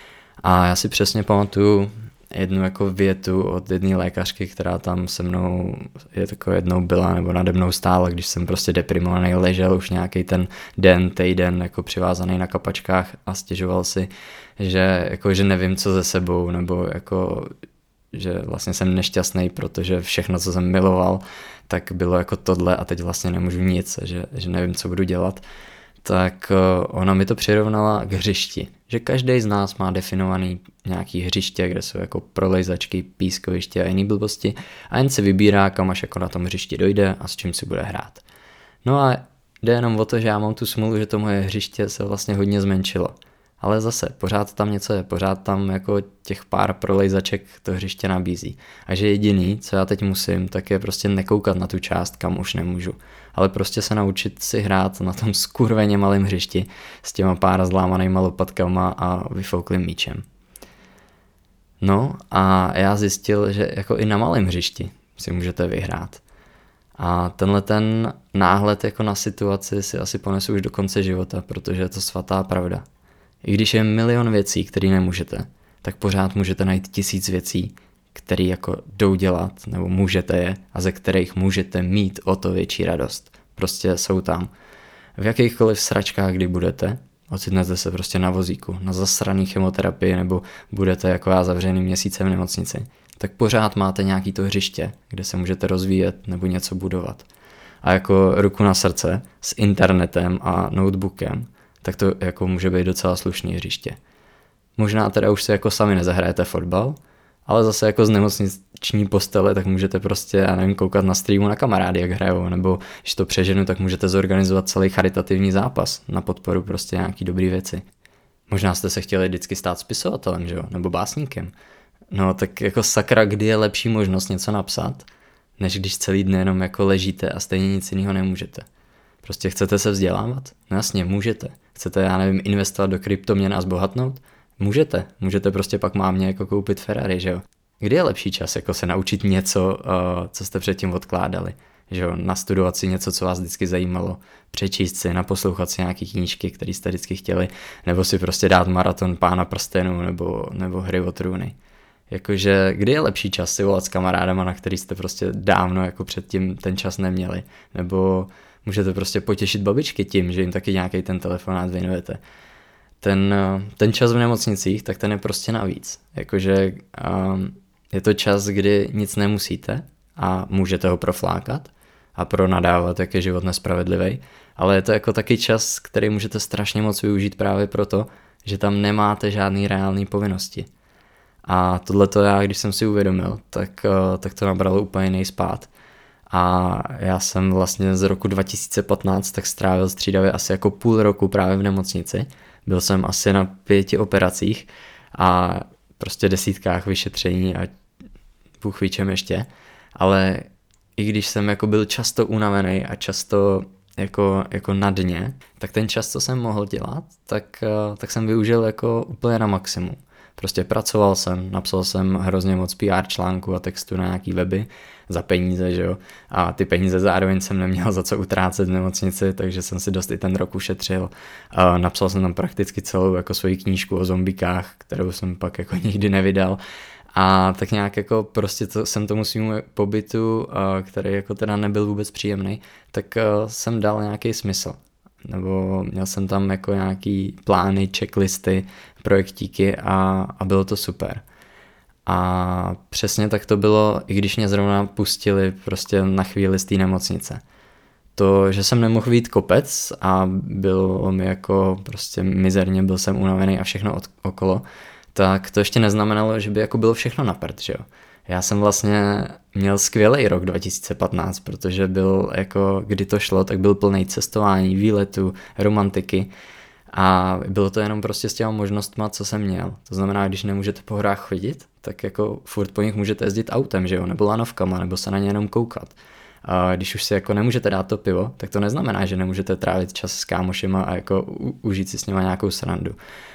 A já si přesně pamatuju jednu jako větu od jedné lékařky, která tam se mnou je tako jednou byla nebo nade mnou stála, když jsem prostě deprimovaný ležel už nějaký ten den, týden jako přivázaný na kapačkách a stěžoval si, že jako že nevím co se sebou, nebo jako že vlastně jsem nešťastný, protože všechno, co jsem miloval, tak bylo jako tohle a teď vlastně nemůžu nic, že, že nevím, co budu dělat. Tak ona mi to přirovnala k hřišti, že každý z nás má definovaný nějaký hřiště, kde jsou jako prolejzačky, pískoviště a jiný blbosti a jen si vybírá, kam až jako na tom hřišti dojde a s čím si bude hrát. No a jde jenom o to, že já mám tu smůlu, že to moje hřiště se vlastně hodně zmenšilo. Ale zase, pořád tam něco je, pořád tam jako těch pár prolejzaček to hřiště nabízí. A že jediný, co já teď musím, tak je prostě nekoukat na tu část, kam už nemůžu. Ale prostě se naučit si hrát na tom skurveně malém hřišti s těma pár zlámanýma lopatkama a vyfouklým míčem. No a já zjistil, že jako i na malém hřišti si můžete vyhrát. A tenhle ten náhled jako na situaci si asi ponesu už do konce života, protože je to svatá pravda. I když je milion věcí, které nemůžete, tak pořád můžete najít tisíc věcí, které jako jdou dělat, nebo můžete je a ze kterých můžete mít o to větší radost. Prostě jsou tam. V jakýchkoliv sračkách, kdy budete, ocitnete se prostě na vozíku, na zasraný chemoterapii, nebo budete jako já zavřený měsíce v nemocnici, tak pořád máte nějaký to hřiště, kde se můžete rozvíjet nebo něco budovat. A jako ruku na srdce s internetem a notebookem, tak to jako může být docela slušný hřiště. Možná teda už se jako sami nezahrajete fotbal, ale zase jako z nemocniční postele tak můžete prostě, já nevím, koukat na streamu na kamarády, jak hrajou, nebo když to přeženu, tak můžete zorganizovat celý charitativní zápas na podporu prostě nějaký dobrý věci. Možná jste se chtěli vždycky stát spisovatelem, že jo, nebo básníkem. No tak jako sakra, kdy je lepší možnost něco napsat, než když celý den jenom jako ležíte a stejně nic jiného nemůžete. Prostě chcete se vzdělávat? No jasně, můžete. Chcete, já nevím, investovat do kryptoměn a zbohatnout? Můžete. Můžete prostě pak mámě jako koupit Ferrari, že jo? Kdy je lepší čas jako se naučit něco, co jste předtím odkládali? Že jo? Nastudovat si něco, co vás vždycky zajímalo, přečíst si, naposlouchat si nějaký knížky, které jste vždycky chtěli, nebo si prostě dát maraton Pána prstenů nebo, nebo Hry o trůny. Jakože kdy je lepší čas si volat s kamarádama, na který jste prostě dávno jako předtím ten čas neměli, nebo můžete prostě potěšit babičky tím, že jim taky nějaký ten telefonát věnujete. Ten, ten čas v nemocnicích, tak ten je prostě navíc. Jakože um, je to čas, kdy nic nemusíte a můžete ho proflákat a pronadávat, jak je život nespravedlivý, ale je to jako taky čas, který můžete strašně moc využít právě proto, že tam nemáte žádný reální povinnosti. A tohleto já, když jsem si uvědomil, tak, tak to nabralo úplně jiný spád. A já jsem vlastně z roku dva tisíce patnáct tak strávil střídavě asi jako půl roku právě v nemocnici. Byl jsem asi na pěti operacích a prostě desítkách vyšetření a bůh ví čem ještě. Ale i když jsem jako byl často unavený a často jako, jako na dně, tak ten čas, co jsem mohl dělat, tak, tak jsem využil jako úplně na maximum. Prostě pracoval jsem, napsal jsem hrozně moc P R článků a textu na nějaký weby za peníze, že jo. A ty peníze zároveň jsem neměl za co utrácet v nemocnici, takže jsem si dost i ten rok ušetřil. A napsal jsem tam prakticky celou jako svoji knížku o zombikách, kterou jsem pak jako nikdy nevydal. A tak nějak jako prostě to, jsem tomu svým pobytu, který jako teda nebyl vůbec příjemný, tak jsem dal nějaký smysl. Nebo měl jsem tam jako nějaký plány, checklisty, projektíky a, a bylo to super. A přesně tak to bylo, i když mě zrovna pustili prostě na chvíli z té nemocnice. To, že jsem nemohl vyjít kopec a bylo mi jako prostě mizerně, byl jsem unavený a všechno od, okolo, tak to ještě neznamenalo, že by jako bylo všechno na prd, že jo. Já jsem vlastně měl skvělý rok dva tisíce patnáct, protože byl jako, kdy to šlo, tak byl plný cestování, výletů, romantiky a bylo to jenom prostě s těma možnostma, co jsem měl. To znamená, když nemůžete po horách chodit, tak jako furt po nich můžete jezdit autem, že jo, nebo lanovkama, nebo se na ně jenom koukat. A když už si jako nemůžete dát to pivo, tak to neznamená, že nemůžete trávit čas s kámošima a jako u- užít si s nima nějakou srandu.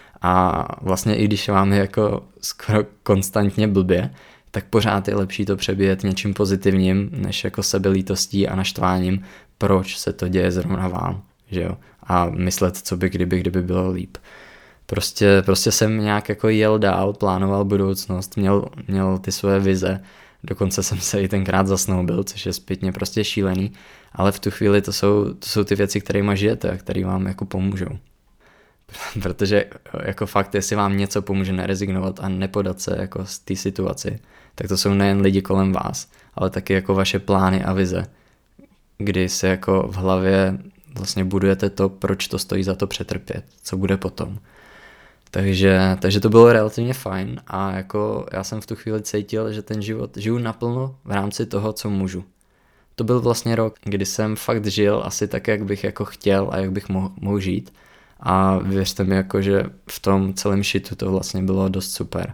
A vlastně i když vám je jako skoro konstantně blbě, tak pořád je lepší to přebíjet něčím pozitivním, než jako sebelítostí a naštváním, proč se to děje zrovna vám, že jo? A myslet, co by kdyby, kdyby bylo líp. Prostě, prostě jsem nějak jako jel dál, plánoval budoucnost, měl, měl ty svoje vize, dokonce jsem se i tenkrát zasnoubil, což je zpětně prostě šílený, ale v tu chvíli to jsou, to jsou ty věci, kterýma žijete a který vám jako pomůžou. Protože jako fakt, jestli vám něco pomůže nerezignovat a nepodat se jako z té situaci, tak to jsou nejen lidi kolem vás, ale taky jako vaše plány a vize, kdy se jako v hlavě vlastně budujete to, proč to stojí za to přetrpět, co bude potom. Takže, takže to bylo relativně fajn a jako já jsem v tu chvíli cítil, že ten život žiju naplno v rámci toho, co můžu. To byl vlastně rok, kdy jsem fakt žil asi tak, jak bych jako chtěl a jak bych mohl, mohl žít. A věřte mi, jako, že v tom celém shitu to vlastně bylo dost super.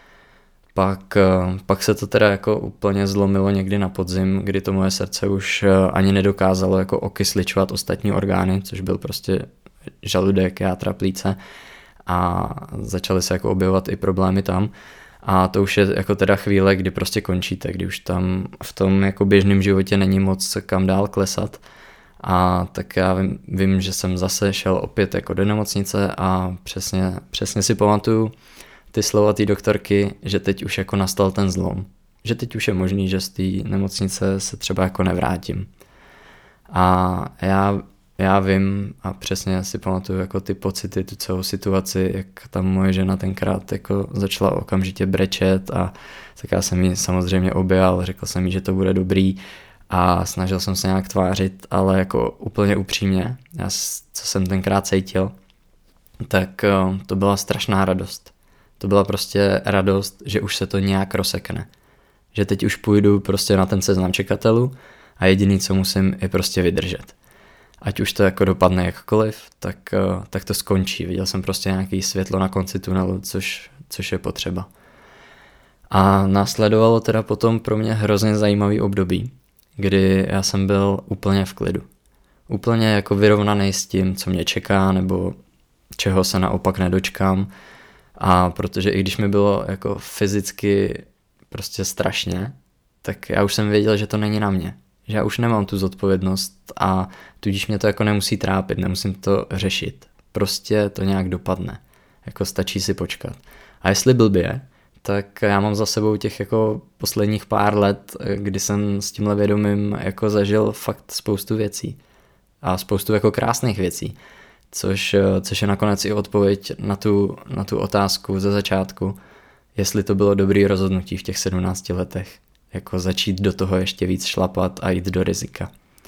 Pak, pak se to teda jako úplně zlomilo někdy na podzim, kdy to moje srdce už ani nedokázalo jako okysličovat ostatní orgány, což byl prostě žaludek, játra, plíce a začaly se jako objevovat i problémy tam. A to už je jako teda chvíle, kdy prostě končíte, kdy už tam v tom jako běžném životě není moc kam dál klesat. A tak já vím, vím, že jsem zase šel opět jako do nemocnice a přesně, přesně si pamatuju ty slova té doktorky, že teď už jako nastal ten zlom. Že teď už je možný, že z té nemocnice se třeba jako nevrátím. A já, já vím a přesně si pamatuju jako ty pocity, tu celou situaci, jak tam moje žena tenkrát jako začala okamžitě brečet a tak já jsem jí samozřejmě objal, řekl jsem jí, že to bude dobrý. A snažil jsem se nějak tvářit, ale jako úplně upřímně, já, co jsem tenkrát cítil, tak to byla strašná radost. To byla prostě radost, že už se to nějak rozsekne. Že teď už půjdu prostě na ten seznam čekatelů a jediný, co musím, je prostě vydržet. Ať už to jako dopadne jakkoliv, tak, tak to skončí. Viděl jsem prostě nějaký světlo na konci tunelu, což, což je potřeba. A následovalo teda potom pro mě hrozně zajímavý období, kdy já jsem byl úplně v klidu. Úplně jako vyrovnaný s tím, co mě čeká, nebo čeho se naopak nedočkám. A protože i když mi bylo jako fyzicky prostě strašně, tak já už jsem věděl, že to není na mě. Že já už nemám tu zodpovědnost a tudíž mě to jako nemusí trápit, nemusím to řešit. Prostě to nějak dopadne. Jako stačí si počkat. A jestli blbě, tak já mám za sebou těch jako posledních pár let, kdy jsem s tímhle vědomím jako zažil fakt spoustu věcí. A spoustu jako krásných věcí. Což, což je nakonec i odpověď na tu, na tu otázku ze začátku, jestli to bylo dobrý rozhodnutí v těch sedmnácti letech, jako začít do toho ještě víc šlapat a jít do rizika.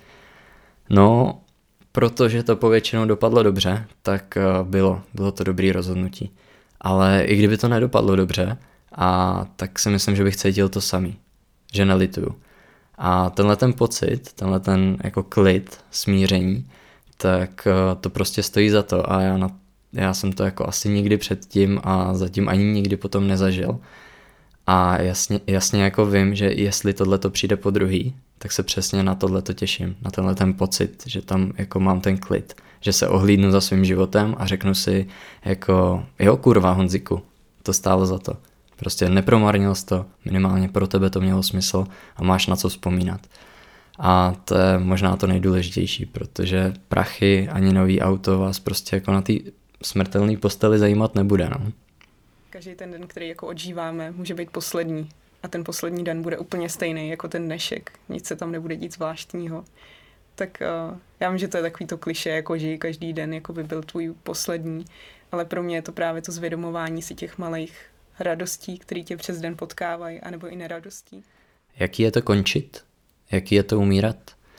No, protože to povětšinou dopadlo dobře, tak bylo, bylo to dobrý rozhodnutí. Ale i kdyby to nedopadlo dobře, a tak si myslím, že bych cítil to samý, že nelituju. A tenhle ten pocit, tenhle ten jako klid, smíření, tak to prostě stojí za to a já, na, já jsem to jako asi nikdy předtím a zatím ani nikdy potom nezažil. A jasně, jasně jako vím, že jestli tohleto přijde po druhý, tak se přesně na tohleto těším, na tenhle ten pocit, že tam jako mám ten klid, že se ohlídnu za svým životem a řeknu si jako jo kurva Honziku, to stálo za to. Prostě nepromarnil jsi to, minimálně pro tebe to mělo smysl a máš na co vzpomínat. A to je možná to nejdůležitější, protože prachy ani nový auto vás prostě jako na té smrtelné posteli zajímat nebude. No. Každý ten den, který jako odžíváme, může být poslední. A ten poslední den bude úplně stejný jako ten dnešek. Nic se tam nebude dít zvláštního. Tak uh, já vím, že to je takový to klišé, jako že každý den jako by byl tvůj poslední. Ale pro mě je to právě to zvědomování si těch malých radostí, které tě přes den potkávají, anebo i neradostí. Jaký je to končit? Jaký je to umírat?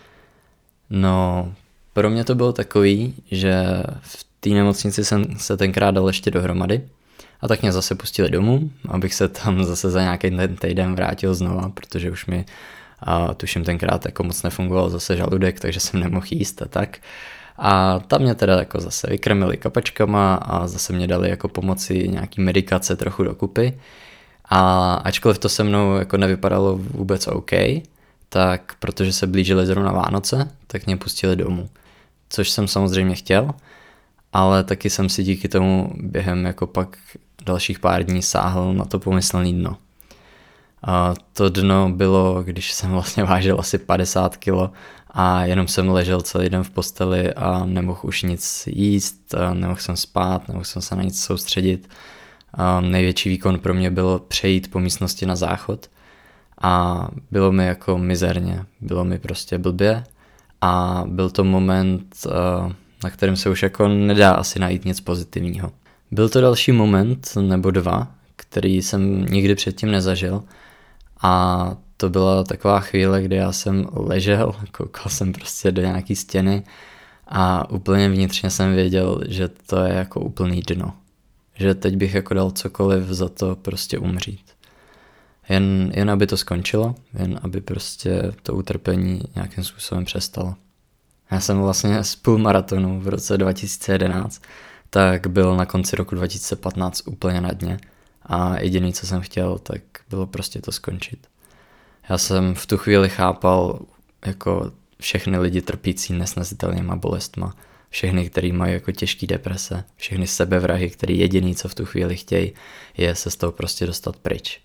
No, pro mě to bylo takový, že v té nemocnici jsem se tenkrát dal ještě dohromady a tak mě zase pustili domů, abych se tam zase za nějaký ten týden vrátil znova, protože už mi a tuším tenkrát jako moc nefungoval zase žaludek, takže jsem nemohl jíst a tak. A tam mě teda jako zase vykrmili kapačkama a zase mě dali jako pomoci nějaký medikace trochu dokupy. A ačkoliv to se mnou jako nevypadalo vůbec OK, tak protože se blížily zrovna Vánoce, tak mě pustili domů. Což jsem samozřejmě chtěl, ale taky jsem si díky tomu během jako pak dalších pár dní sáhl na to pomyslný dno. A to dno bylo, když jsem vlastně vážil asi padesát kilo a jenom jsem ležel celý den v posteli a nemohl už nic jíst, nemohl jsem spát, nemohl jsem se na nic soustředit. A největší výkon pro mě bylo přejít po místnosti na záchod a bylo mi jako mizerně, bylo mi prostě blbě a byl to moment, na kterém se už jako nedá asi najít nic pozitivního. Byl to další moment nebo dva, který jsem nikdy předtím nezažil a to byla taková chvíle, kdy já jsem ležel, koukal jsem prostě do nějaký stěny a úplně vnitřně jsem věděl, že to je jako úplný dno. Že teď bych jako dal cokoliv za to prostě umřít. Jen, jen aby to skončilo, jen aby prostě to utrpení nějakým způsobem přestalo. Já jsem vlastně z půlmaratonu v roce dva tisíce jedenáct, tak byl na konci roku dva tisíce patnáct úplně na dně a jediný, co jsem chtěl, tak bylo prostě to skončit. Já jsem v tu chvíli chápal jako všechny lidi trpící nesnesitelnýma bolestma, všechny, který mají jako těžký deprese, všechny sebevrahy, který jediný, co v tu chvíli chtějí, je se z toho prostě dostat pryč.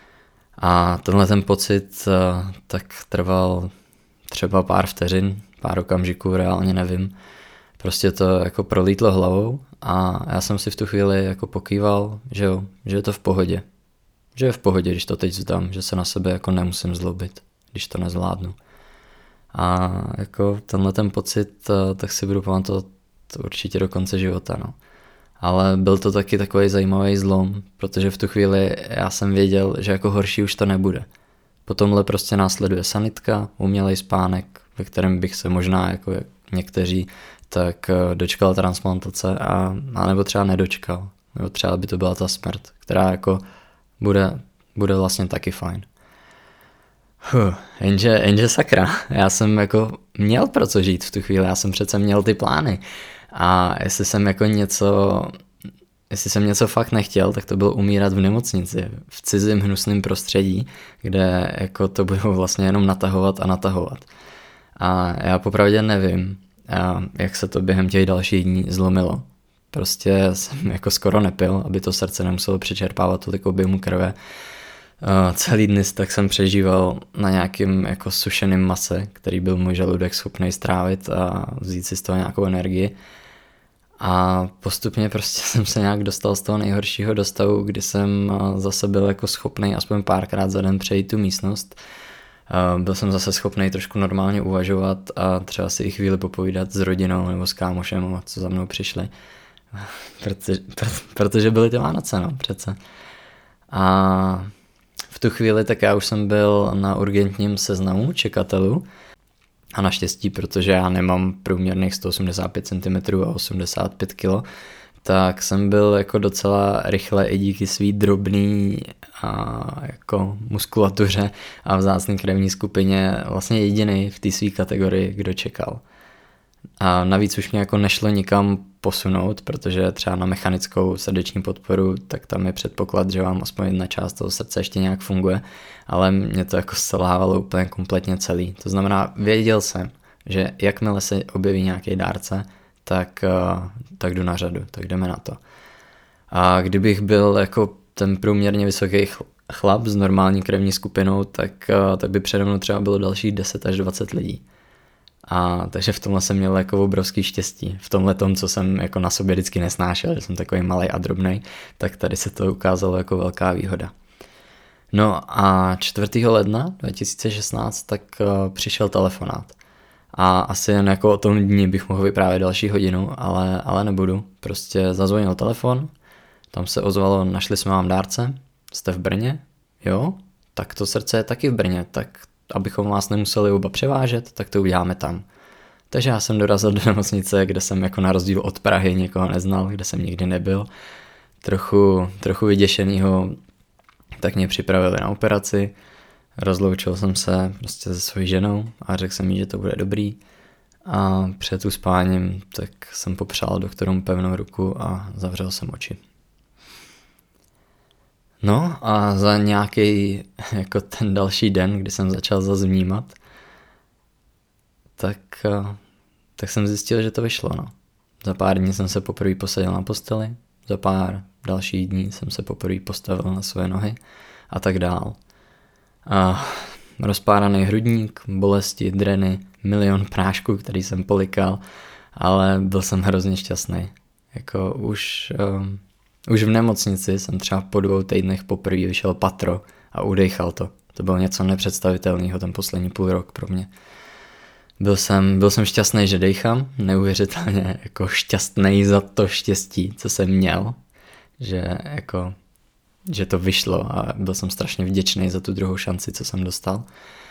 A tenhle ten pocit tak trval třeba pár vteřin, pár okamžiků, reálně nevím. Prostě to jako prolítlo hlavou a já jsem si v tu chvíli jako pokýval, že jo, že je to v pohodě. Že je v pohodě, když to teď vzdám, že se na sebe jako nemusím zlobit, když to nezvládnu. A jako tenhle ten pocit, tak si budu pamatovat určitě do konce života, no. Ale byl to taky takový zajímavý zlom, protože v tu chvíli já jsem věděl, že jako horší už to nebude. Po tomhle prostě následuje sanitka, umělej spánek, ve kterém bych se možná jako někteří tak dočkal transplantace a, a nebo třeba nedočkal. Nebo třeba by to byla ta smrt, která jako bude, bude vlastně taky fajn. Huh, jenže, jenže sakra, já jsem jako měl pro co žít v tu chvíli, já jsem přece měl ty plány. A jestli jsem jako něco, jestli jsem něco fakt nechtěl, tak to bylo umírat v nemocnici, v cizím hnusném prostředí, kde jako to budou vlastně jenom natahovat a natahovat. A já popravdě nevím, jak se to během těch dalších dní zlomilo. Prostě jsem jako skoro nepil, aby to srdce nemuselo přečerpávat tolik objemu krve. Uh, celý dny tak jsem přežíval na nějakým jako sušeným mase, který byl můj žaludek schopný strávit a vzít si z toho nějakou energii. A postupně prostě jsem se nějak dostal z toho nejhoršího do stavu, kdy jsem zase byl jako schopný aspoň párkrát za den přejít tu místnost. Uh, byl jsem zase schopný trošku normálně uvažovat a třeba si i chvíli popovídat s rodinou nebo s kámošem, co za mnou přišli. protože, protože byly ty Vánoce, no, přece. A v tu chvíli tak já už jsem byl na urgentním seznamu čekatelů a naštěstí, protože já nemám průměrných sto osmdesát pět centimetrů a osmdesát pět kilogramů, tak jsem byl jako docela rychle i díky svý drobný a jako muskulatuře a vzácný krevní skupině vlastně jediný v té své kategorii, kdo čekal. A navíc už mě jako nešlo nikam posunout, protože třeba na mechanickou srdeční podporu, tak tam je předpoklad, že vám aspoň jedna část toho srdce ještě nějak funguje, ale mě to jako selhávalo úplně kompletně celý. To znamená, věděl jsem, že jakmile se objeví nějaký dárce, tak, tak jdu na řadu, tak jdeme na to. A kdybych byl jako ten průměrně vysoký chlap s normální krevní skupinou, tak, tak by přede mnou třeba bylo dalších deset až dvacet lidí. A takže v tomhle jsem měl jako obrovský štěstí. V tomhle tom, co jsem jako na sobě vždycky nesnášel, že jsem takový malej a drobnej, tak tady se to ukázalo jako velká výhoda. No a čtvrtého ledna dva tisíce šestnáct tak uh, přišel telefonát. A asi jen jako o tom dni bych mohl vyprávět další hodinu, ale, ale nebudu. Prostě zazvonil telefon, tam se ozvalo, našli jsme vám dárce, jste v Brně? Jo? Tak to srdce je taky v Brně, tak abychom vás nemuseli oba převážet, tak to uděláme tam. Takže já jsem dorazil do nemocnice, kde jsem jako na rozdíl od Prahy někoho neznal, kde jsem nikdy nebyl. Trochu, trochu vyděšenýho, tak mě připravili na operaci. Rozloučil jsem se prostě se svojí ženou a řekl jsem jí, že to bude dobrý. A před uspáním tak jsem popřál doktorům pevnou ruku a zavřel jsem oči. No a za nějaký jako ten další den, kdy jsem začal zase vnímat, tak, tak jsem zjistil, že to vyšlo. No. Za pár dní jsem se poprvé posadil na posteli, za pár dalších dní jsem se poprvé postavil na své nohy a tak dál. A rozpáraný hrudník, bolesti, dreny, milion prášků, který jsem polikal, ale byl jsem hrozně šťastný. Jako už... Um, Už v nemocnici jsem třeba po dvou týdnech poprvé vyšel patro a udejchal to. To bylo něco nepředstavitelného ten poslední půl rok pro mě. Byl jsem, byl jsem šťastný, že dejchám, neuvěřitelně jako šťastný za to štěstí, co jsem měl, že, jako, že to vyšlo a byl jsem strašně vděčný za tu druhou šanci, co jsem dostal.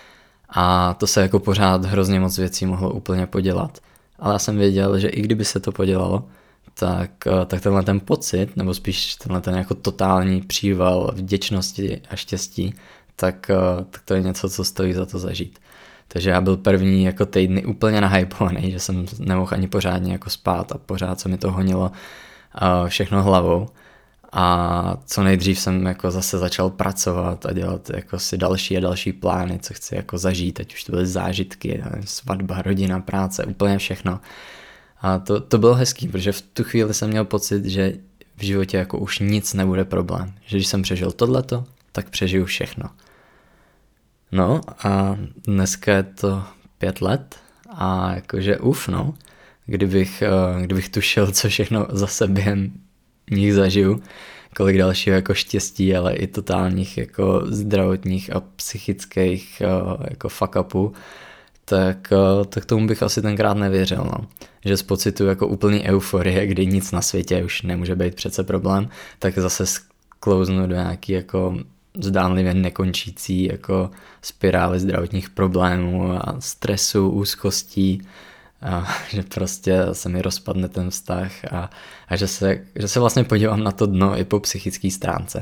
A to se jako pořád hrozně moc věcí mohlo úplně podělat. Ale já jsem věděl, že i kdyby se to podělalo, tak, tak tenhle ten pocit, nebo spíš tenhle ten jako totální příval vděčnosti a štěstí, tak, tak to je něco, co stojí za to zažít. Takže já byl první jako týdny úplně nahypovaný, že jsem nemohl ani pořádně jako spát a pořád se mi to honilo všechno hlavou. A co nejdřív jsem jako zase začal pracovat a dělat jako si další a další plány, co chci jako zažít, ať už to byly zážitky, svatba, rodina, práce, úplně všechno. A to, to bylo hezký, protože v tu chvíli jsem měl pocit, že v životě jako už nic nebude problém. Že když jsem přežil tohleto, tak přežiju všechno. No a dneska je to pět let a jakože uf, no. Kdybych, kdybych tušil, co všechno zase během nich zažiju, kolik dalšího jako štěstí, ale i totálních jako zdravotních a psychických jako fuck upů, tak, tak tomu bych asi tenkrát nevěřil, no. Že z pocitu jako úplný euforie, kdy nic na světě už nemůže být přece problém, tak zase sklouznu do nějaký jako zdánlivě nekončící jako spirály zdravotních problémů a stresu, úzkostí, a že prostě se mi rozpadne ten vztah a, a že, se, že se vlastně podívám na to dno i po psychické stránce.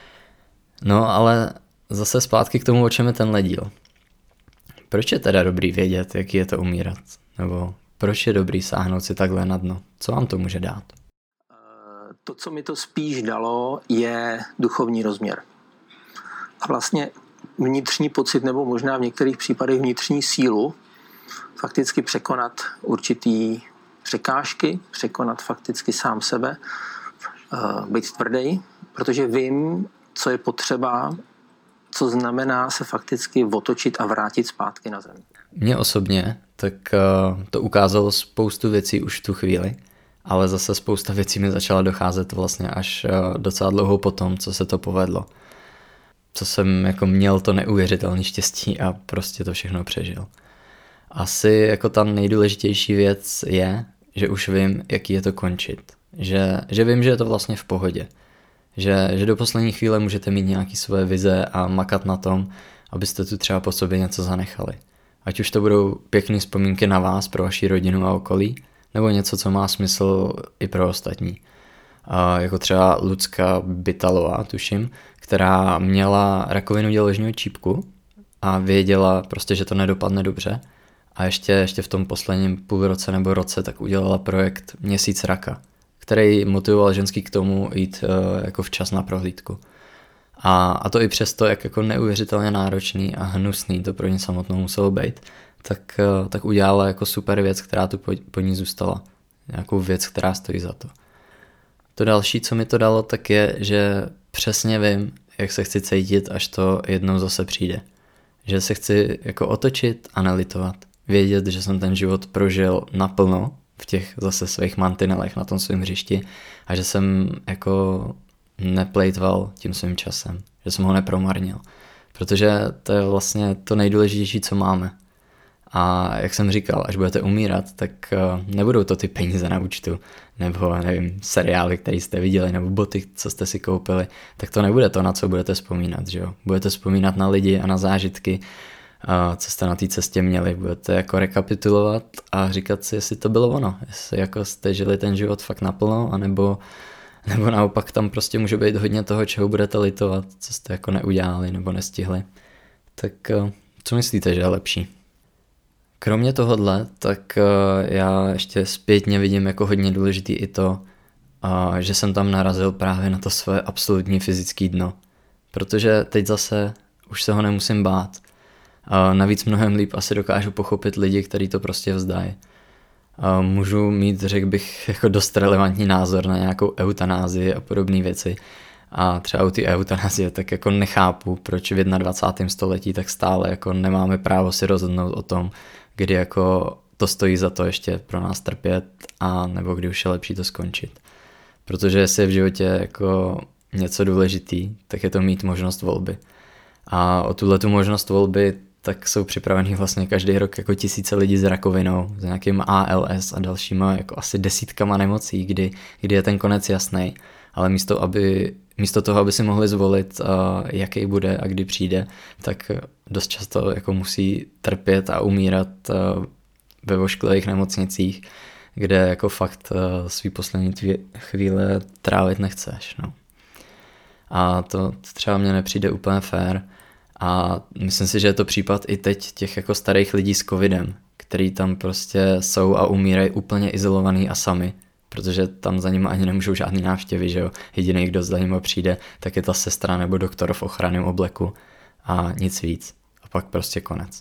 No ale zase zpátky k tomu, o čem je tenhle díl. Proč je teda dobrý vědět, jaký je to umírat? Nebo proč je dobrý sáhnout si takhle na dno? Co vám to může dát? To, co mi to spíš dalo, je duchovní rozměr. A vlastně vnitřní pocit, nebo možná v některých případech vnitřní sílu, fakticky překonat určitý překážky, překonat fakticky sám sebe, být tvrdý, protože vím, co je potřeba, co znamená se fakticky otočit a vrátit zpátky na zem. Mně osobně tak to ukázalo spoustu věcí už v tu chvíli, ale zase spousta věcí mi začala docházet vlastně až docela dlouho potom, co se to povedlo. Co jsem jako měl to neuvěřitelné štěstí a prostě to všechno přežil. Asi jako ta nejdůležitější věc je, že už vím, jaký je to končit. Že, že vím, že je to vlastně v pohodě. Že, že do poslední chvíle můžete mít nějaké svoje vize a makat na tom, abyste tu třeba po sobě něco zanechali. Ať už to budou pěkné vzpomínky na vás, pro vaši rodinu a okolí, nebo něco, co má smysl i pro ostatní. A jako třeba Lucka Bytalová, tuším, která měla rakovinu děložního čípku a věděla prostě, že to nedopadne dobře. A ještě, ještě v tom posledním půl roce nebo roce tak udělala projekt Měsíc raka, který motivoval ženský k tomu jít uh, jako včas na prohlídku. A, a to i přesto, jak jako neuvěřitelně náročný a hnusný to pro ně samotnou muselo být, tak, uh, tak udělala jako super věc, která tu po, po ní zůstala. Nějakou věc, která stojí za to. To další, co mi to dalo, tak je, že přesně vím, jak se chci cítit, až to jednou zase přijde. Že se chci jako otočit a nelitovat. Vědět, že jsem ten život prožil naplno v těch zase svých mantinelech na tom svém hřišti a že jsem jako neplejtval tím svým časem, že jsem ho nepromarnil. Protože to je vlastně to nejdůležitější, co máme. A jak jsem říkal, až budete umírat, tak nebudou to ty peníze na účtu, nebo nevím, seriály, které jste viděli, nebo boty, co jste si koupili, tak to nebude to, na co budete vzpomínat, že jo. Budete vzpomínat na lidi a na zážitky, co jste na té cestě měli. Budete jako rekapitulovat a říkat si, jestli to bylo ono, jestli jako jste žili ten život fakt naplno, anebo nebo naopak tam prostě může být hodně toho, čeho budete litovat, co jste jako neudělali nebo nestihli. Tak co myslíte, že je lepší? Kromě tohodle, tak já ještě zpětně vidím jako hodně důležitý i to, že jsem tam narazil právě na to své absolutní fyzické dno. Protože teď zase už se ho nemusím bát. Navíc mnohem líp asi dokážu pochopit lidi, kteří to prostě vzdají. Můžu mít, řekl bych, jako dost relevantní názor na nějakou eutanázii a podobné věci. A třeba u té eutanázie tak jako nechápu, proč v dvacátém prvním století tak stále jako nemáme právo si rozhodnout o tom, kdy jako to stojí za to ještě pro nás trpět a nebo kdy už je lepší to skončit. Protože jestli je v životě jako něco důležitý, tak je to mít možnost volby. A o tuhletu možnost volby tak jsou připravený vlastně každý rok jako tisíce lidí s rakovinou, s nějakým A L S a dalšíma jako asi desítkama nemocí, kdy, kdy je ten konec jasný, ale místo, aby, místo toho, aby si mohli zvolit, uh, jaký bude a kdy přijde, tak dost často jako musí trpět a umírat uh, ve ošklivých nemocnicích, kde jako fakt uh, svý poslední tvě, chvíle trávit nechceš. No. A to třeba mně nepřijde úplně fair. A myslím si, že je to případ i teď těch jako starých lidí s covidem, který tam prostě jsou a umírají úplně izolovaný a sami, protože tam za nimi ani nemůžou žádný návštěvy, že jo. Jediný, kdo za nimi přijde, tak je ta sestra nebo doktor v ochranném obleku a nic víc. A pak prostě konec.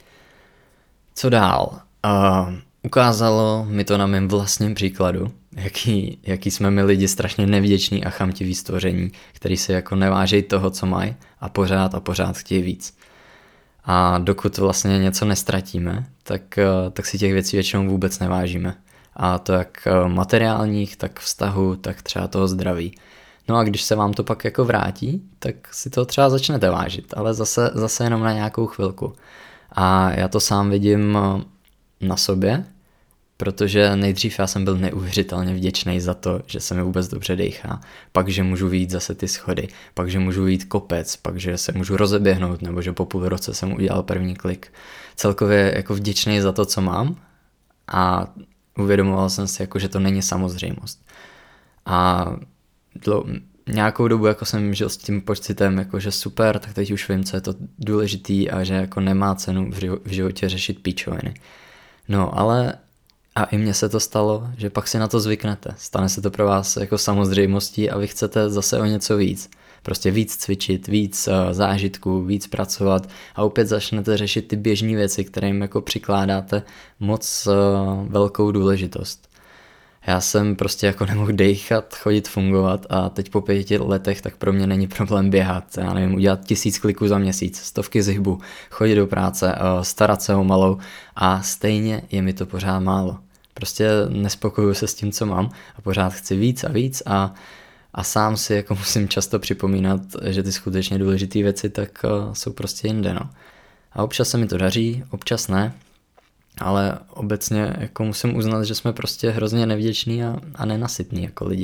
Co dál? Uh, ukázalo mi to na mém vlastním příkladu, jaký, jaký jsme my lidi strašně nevděční a chamtiví stvoření, který se jako nevážejí toho, co mají a pořád a pořád chtějí víc. A dokud vlastně něco nestratíme, tak, tak si těch věcí většinou vůbec nevážíme. A to jak materiálních, tak vztahu, tak třeba toho zdraví. No a když se vám to pak jako vrátí, tak si to třeba začnete vážit, ale zase, zase jenom na nějakou chvilku. A já to sám vidím na sobě, protože nejdřív já jsem byl neuvěřitelně vděčný za to, že se mi vůbec dobře dejchá, pak, že můžu vyjít zase ty schody, pak, že můžu vyjít kopec, pak, že se můžu rozeběhnout, nebo že po půl roce jsem udělal první klik. Celkově jako vděčný za to, co mám a uvědomoval jsem si, jako, že to není samozřejmost. A dlo, nějakou dobu jako jsem žil s tím pocitem, jako, že super, tak teď už vím, co je to důležitý a že jako nemá cenu v životě řešit píčoviny. No, ale a i mně se to stalo, že pak si na to zvyknete. Stane se to pro vás jako samozřejmostí a vy chcete zase o něco víc. Prostě víc cvičit, víc uh, zážitků, víc pracovat a opět začnete řešit ty běžné věci, kterým jako přikládáte moc uh, velkou důležitost. Já jsem prostě jako nemohl dejchat, chodit, fungovat a teď po pěti letech tak pro mě není problém běhat. Já nevím, udělat tisíc kliků za měsíc, stovky zhybů, chodit do práce, starat se o malou a stejně je mi to pořád málo. Prostě nespokojuju se s tím, co mám a pořád chci víc a víc a, a sám si jako musím často připomínat, že ty skutečně důležité věci tak jsou prostě jinde, no. A občas se mi to daří, občas ne. Ale obecně jako musím uznat, že jsme prostě hrozně nevděční a, a nenasytní jako lidi.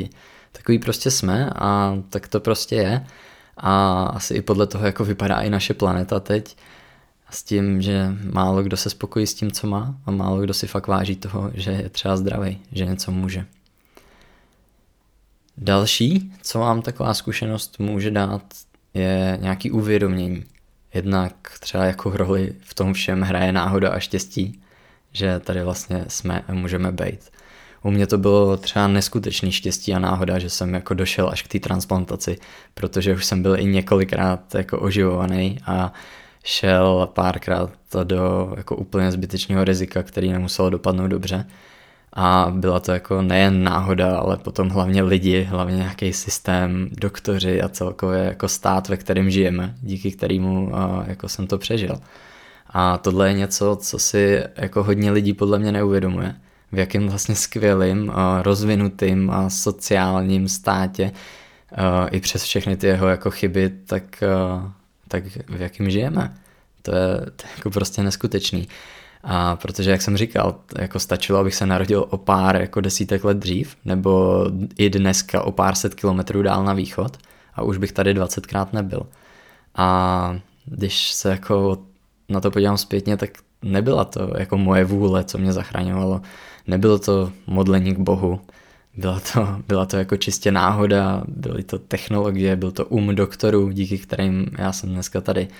takový prostě jsme a tak to prostě je. A asi i podle toho, jako vypadá i naše planeta teď, s tím, že málo kdo se spokojí s tím, co má a málo kdo si fakt váží toho, že je třeba zdravý, že něco může. Další, co vám taková zkušenost může dát, je nějaký uvědomění. Jednak třeba jako roli v tom všem hraje náhoda a štěstí, že tady vlastně jsme a můžeme být. U mě to bylo třeba neskutečný štěstí a náhoda, že jsem jako došel až k té transplantaci, protože už jsem byl i několikrát jako oživovaný a šel párkrát do jako úplně zbytečného rizika, který nemuselo dopadnout dobře. A byla to jako nejen náhoda, ale potom hlavně lidi, hlavně nějaký systém, doktoři a celkově jako stát, ve kterém žijeme, díky kterému jako jsem to přežil. A tohle je něco, co si jako hodně lidí podle mě neuvědomuje. V jakém vlastně skvělým, rozvinutým a sociálním státě i přes všechny ty jeho jako chyby, tak, tak v jakém žijeme. To je, to je jako prostě neskutečný. A protože, jak jsem říkal, jako stačilo, abych se narodil o pár jako desítek let dřív, nebo i dneska o pár set kilometrů dál na východ a už bych tady dvacetkrát nebyl. A když se jako na to podívám zpětně, tak nebyla to jako moje vůle, co mě zachraňovalo. Nebylo to modlení k Bohu. Byla to, byla to jako čistě náhoda, byly to technologie, byl to um doktorů, díky kterým já jsem dneska tady.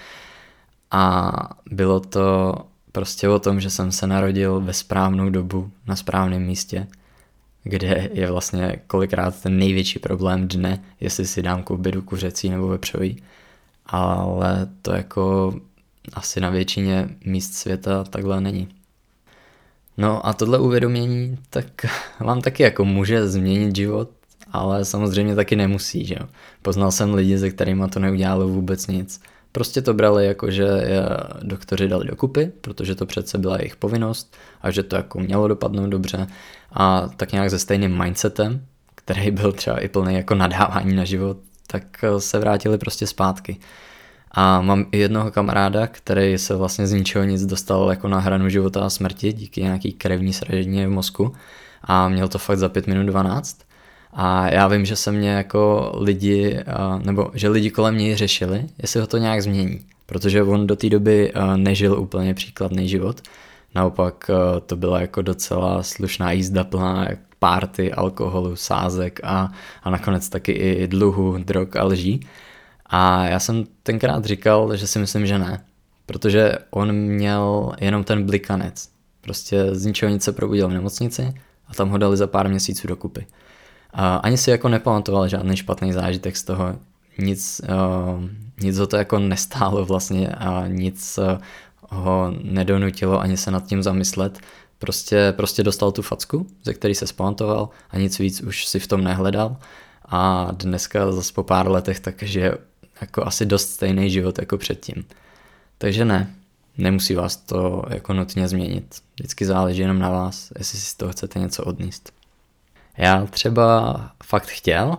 A bylo to prostě o tom, že jsem se narodil ve správnou dobu na správném místě, kde je vlastně kolikrát ten největší problém dne, jestli si dám k obědu kuřecí nebo vepřový. Ale to jako asi na většině míst světa takhle není. No a tohle uvědomění tak vám taky jako může změnit život, ale samozřejmě taky nemusí, že jo. Poznal jsem lidi, se kterými to neudělalo vůbec nic. Prostě to brali jako, že je doktoři dali dokupy, protože to přece byla jejich povinnost a že to jako mělo dopadnout dobře a tak nějak se stejným mindsetem, který byl třeba i plný jako nadávání na život, tak se vrátili prostě zpátky. A mám i jednoho kamaráda, který se vlastně z ničeho nic dostal jako na hranu života a smrti díky nějaký krevní sražení v mozku a měl to fakt za pět minut dvanáct. A já vím, že se mě jako lidi, nebo že lidi kolem něj řešili, jestli ho to nějak změní, protože on do té doby nežil úplně příkladný život. Naopak to byla jako docela slušná jízda plná party, alkoholu, sázek a, a nakonec taky i dluhu, drog a lží. A já jsem tenkrát říkal, že si myslím, že ne, protože on měl jenom ten blikanec. Prostě z ničeho nic se probudil v nemocnici a tam ho dali za pár měsíců dokupy. A ani si jako nepamatoval žádný špatný zážitek z toho, nic, uh, nic ho to jako nestálo vlastně a nic uh, ho nedonutilo ani se nad tím zamyslet. Prostě, prostě dostal tu facku, ze který se zpamatoval a nic víc už si v tom nehledal a dneska zase po pár letech tak žije jako asi dost stejný život jako předtím. Takže ne, nemusí vás to jako nutně změnit. Vždycky záleží jenom na vás, jestli si z toho chcete něco odníst. Já třeba fakt chtěl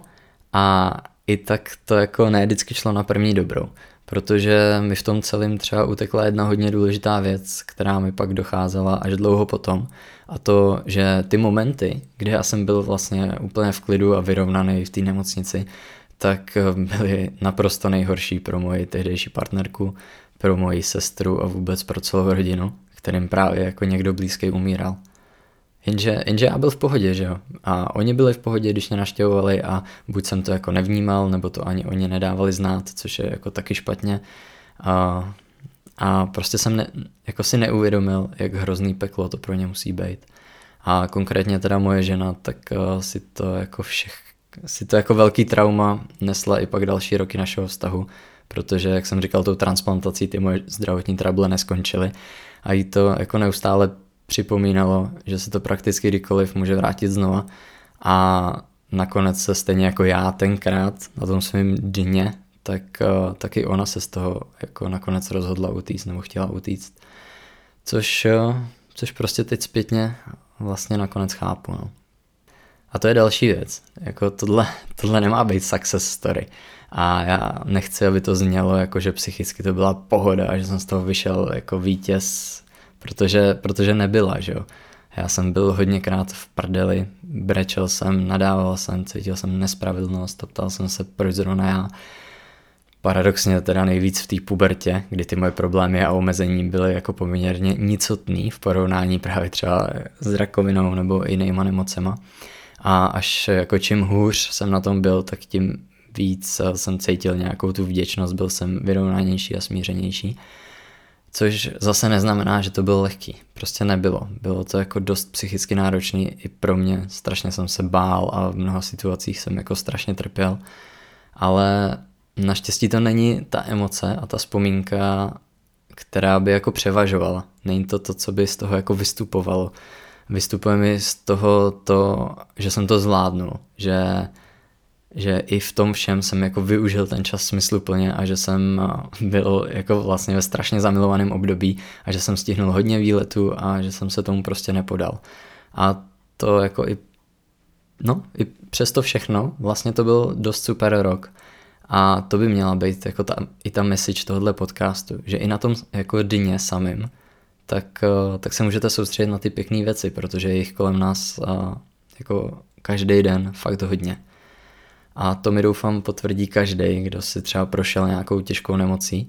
a i tak to jako ne vždycky šlo na první dobrou, protože mi v tom celém třeba utekla jedna hodně důležitá věc, která mi pak docházela až dlouho potom, a to, že ty momenty, kdy já jsem byl vlastně úplně v klidu a vyrovnaný v té nemocnici, tak byly naprosto nejhorší pro moji tehdejší partnerku, pro moji sestru a vůbec pro celou rodinu, kterým právě jako někdo blízký umíral. Jenže, jenže já byl v pohodě, že jo? A oni byli v pohodě, když mě navštěvovali a buď jsem to jako nevnímal, nebo to ani oni nedávali znát, což je jako taky špatně. A, a prostě jsem ne, jako si neuvědomil, jak hrozný peklo to pro ně musí být. A konkrétně teda moje žena, tak uh, si to jako všech, si to jako velký trauma nesla i pak další roky našeho vztahu, protože, jak jsem říkal, tou transplantací ty moje zdravotní trable neskončily a jí to jako neustále připomínalo, že se to prakticky kdykoliv může vrátit znova a nakonec se stejně jako já tenkrát na tom svém dně, tak uh, taky ona se z toho jako nakonec rozhodla utíct nebo chtěla utíct, což, uh, což prostě teď zpětně vlastně nakonec chápu. No. A to je další věc, jako tohle, tohle nemá být success story a já nechci, aby to znělo jako, že psychicky to byla pohoda a že jsem z toho vyšel jako vítěz, Protože, protože nebyla, že jo. Já jsem byl hodněkrát v prdeli, brečel jsem, nadával jsem, cítil jsem nespravedlnost a ptal jsem se, proč zrovna já. Paradoxně teda nejvíc v té pubertě, kdy ty moje problémy a omezení byly jako poměrně nicotný v porovnání právě třeba s rakovinou nebo jinýma nemocema. A až jako čím hůř jsem na tom byl, tak tím víc jsem cítil nějakou tu vděčnost, byl jsem vyrovnanější a smířenější. Což zase neznamená, že to bylo lehký. Prostě nebylo. Bylo to jako dost psychicky náročný i pro mě. Strašně jsem se bál a v mnoha situacích jsem jako strašně trpěl. Ale naštěstí to není ta emoce a ta vzpomínka, která by jako převažovala. Není to to, co by z toho jako vystupovalo. Vystupuje mi z toho to, že jsem to zvládnul. Že že i v tom všem jsem jako využil ten čas smysluplně a že jsem byl jako vlastně ve strašně zamilovaném období a že jsem stihnul hodně výletů a že jsem se tomu prostě nepodal. A to jako i, no, i přes to všechno vlastně to byl dost super rok. A to by měla být jako ta, i ta message tohohle podcastu, že i na tom jako dně samým, tak, tak se můžete soustředit na ty pěkné věci, protože je jich kolem nás jako každý den fakt hodně. A to mi doufám potvrdí každý, kdo si třeba prošel nějakou těžkou nemocí.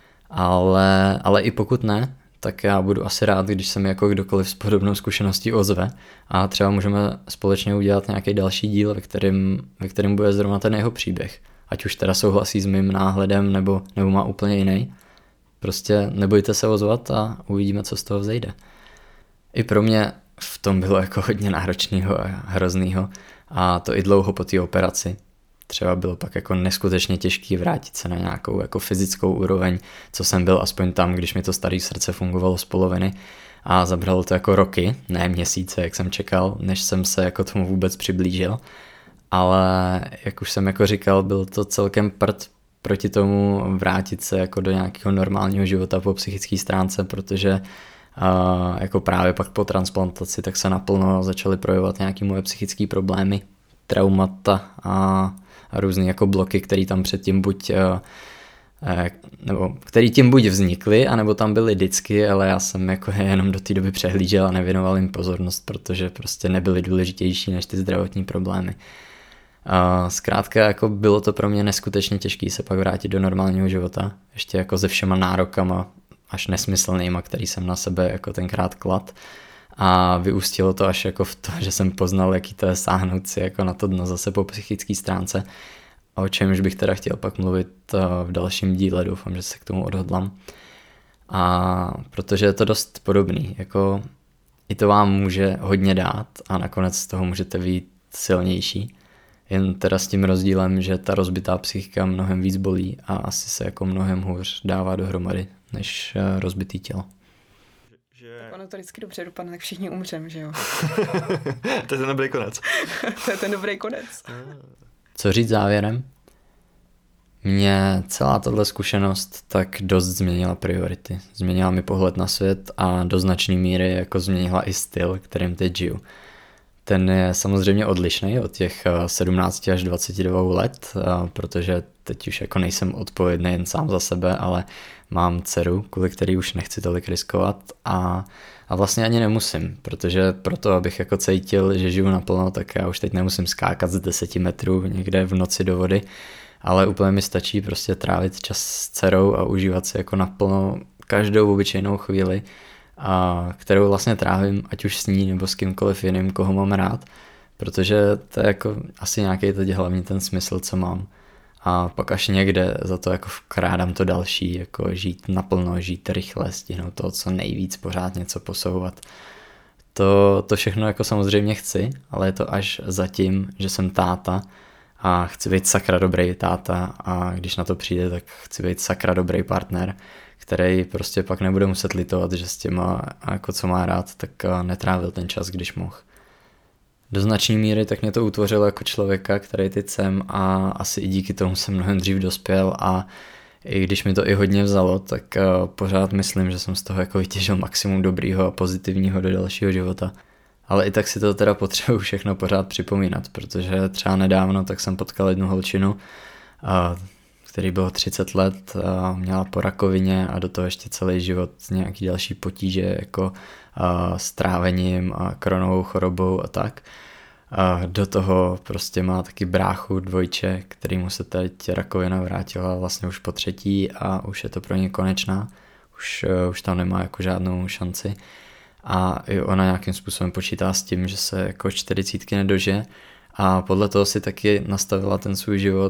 Ale, ale i pokud ne, tak já budu asi rád, když se mi jako kdokoliv s podobnou zkušeností ozve a třeba můžeme společně udělat nějaký další díl, ve kterém, ve kterém bude zrovna ten jeho příběh. Ať už teda souhlasí s mým náhledem nebo, nebo má úplně jiný. Prostě nebojte se ozvat a uvidíme, co z toho vzejde. I pro mě v tom bylo jako hodně náročného a hroznýho a to i dlouho po té operaci. Třeba bylo pak jako neskutečně těžký vrátit se na nějakou jako fyzickou úroveň, co jsem byl aspoň tam, když mi to staré srdce fungovalo z poloviny a zabralo to jako roky, ne měsíce, jak jsem čekal, než jsem se jako tomu vůbec přiblížil, ale jak už jsem jako říkal, byl to celkem prd proti tomu vrátit se jako do nějakého normálního života po psychické stránce, protože uh, jako právě pak po transplantaci tak se naplno začaly projevovat nějaké moje psychické problémy, traumata a a různé jako bloky, které tam předtím buď nebo který tím buď vznikly, anebo tam byly vždycky, ale já jsem jako jenom do té doby přehlížel a nevěnoval jim pozornost, protože prostě nebyly důležitější než ty zdravotní problémy. A zkrátka jako bylo to pro mě neskutečně těžké se pak vrátit do normálního života, ještě jako se všema nárokama až nesmyslnýma, který jsem na sebe jako tenkrát klad. A vyústilo to až jako v to, že jsem poznal, jaký to je sáhnout si jako na to dno zase po psychické stránce, o čemž bych teda chtěl pak mluvit v dalším díle, doufám, že se k tomu odhodlám. A protože je to dost podobný, jako i to vám může hodně dát a nakonec z toho můžete být silnější, jen teda s tím rozdílem, že ta rozbitá psychika mnohem víc bolí a asi se jako mnohem hůř dává dohromady než rozbitý tělo. Tak ono to vždycky dobře dopadne, tak všichni umřem, že jo? To je ten dobrý konec. To je ten dobrý konec. Co říct závěrem? Mě celá tato zkušenost tak dost změnila priority. Změnila mi pohled na svět a do značné míry jako změnila i styl, kterým teď žiju. Ten je samozřejmě odlišný od těch sedmnáct až dvacet dva let, protože teď už jako nejsem odpovědný jen sám za sebe, ale mám dceru, kvůli který už nechci tolik riskovat a, a vlastně ani nemusím, protože proto, abych jako cítil, že žiju naplno, tak já už teď nemusím skákat z deseti metrů někde v noci do vody, ale úplně mi stačí prostě trávit čas s dcerou a užívat si jako naplno každou obyčejnou chvíli, a kterou vlastně trávím, ať už s ní nebo s kýmkoliv jiným, koho mám rád, protože to je jako asi nějaký teď hlavní ten smysl, co mám. A pak až někde za to jako vkrádám to další, jako žít naplno, žít rychle, stihnout toho co nejvíc, pořád něco posouvat. To, to všechno jako samozřejmě chci, ale je to až zatím, že jsem táta a chci být sakra dobrý táta a když na to přijde, tak chci být sakra dobrý partner, který prostě pak nebude muset litovat, že s těma, jako co má rád, tak netrávil ten čas, když mohl. Do značné míry tak mě to utvořilo jako člověka, který teď jsem a asi i díky tomu jsem mnohem dřív dospěl a i když mi to i hodně vzalo, tak pořád myslím, že jsem z toho jako vytěžil maximum dobrýho a pozitivního do dalšího života. Ale i tak si to teda potřebuji všechno pořád připomínat, protože třeba nedávno tak jsem potkal jednu holčinu, který bylo třicet let, a měla po rakovině a do toho ještě celý život nějaký další potíže jako a, s trávením a koronovou chorobou a tak. A do toho prostě má taky bráchu, dvojče, kterýmu se teď rakovina vrátila vlastně už po třetí a už je to pro ně konečná. Už, už tam nemá jako žádnou šanci. A i ona nějakým způsobem počítá s tím, že se jako čtyřicítky nedožije a podle toho si taky nastavila ten svůj život,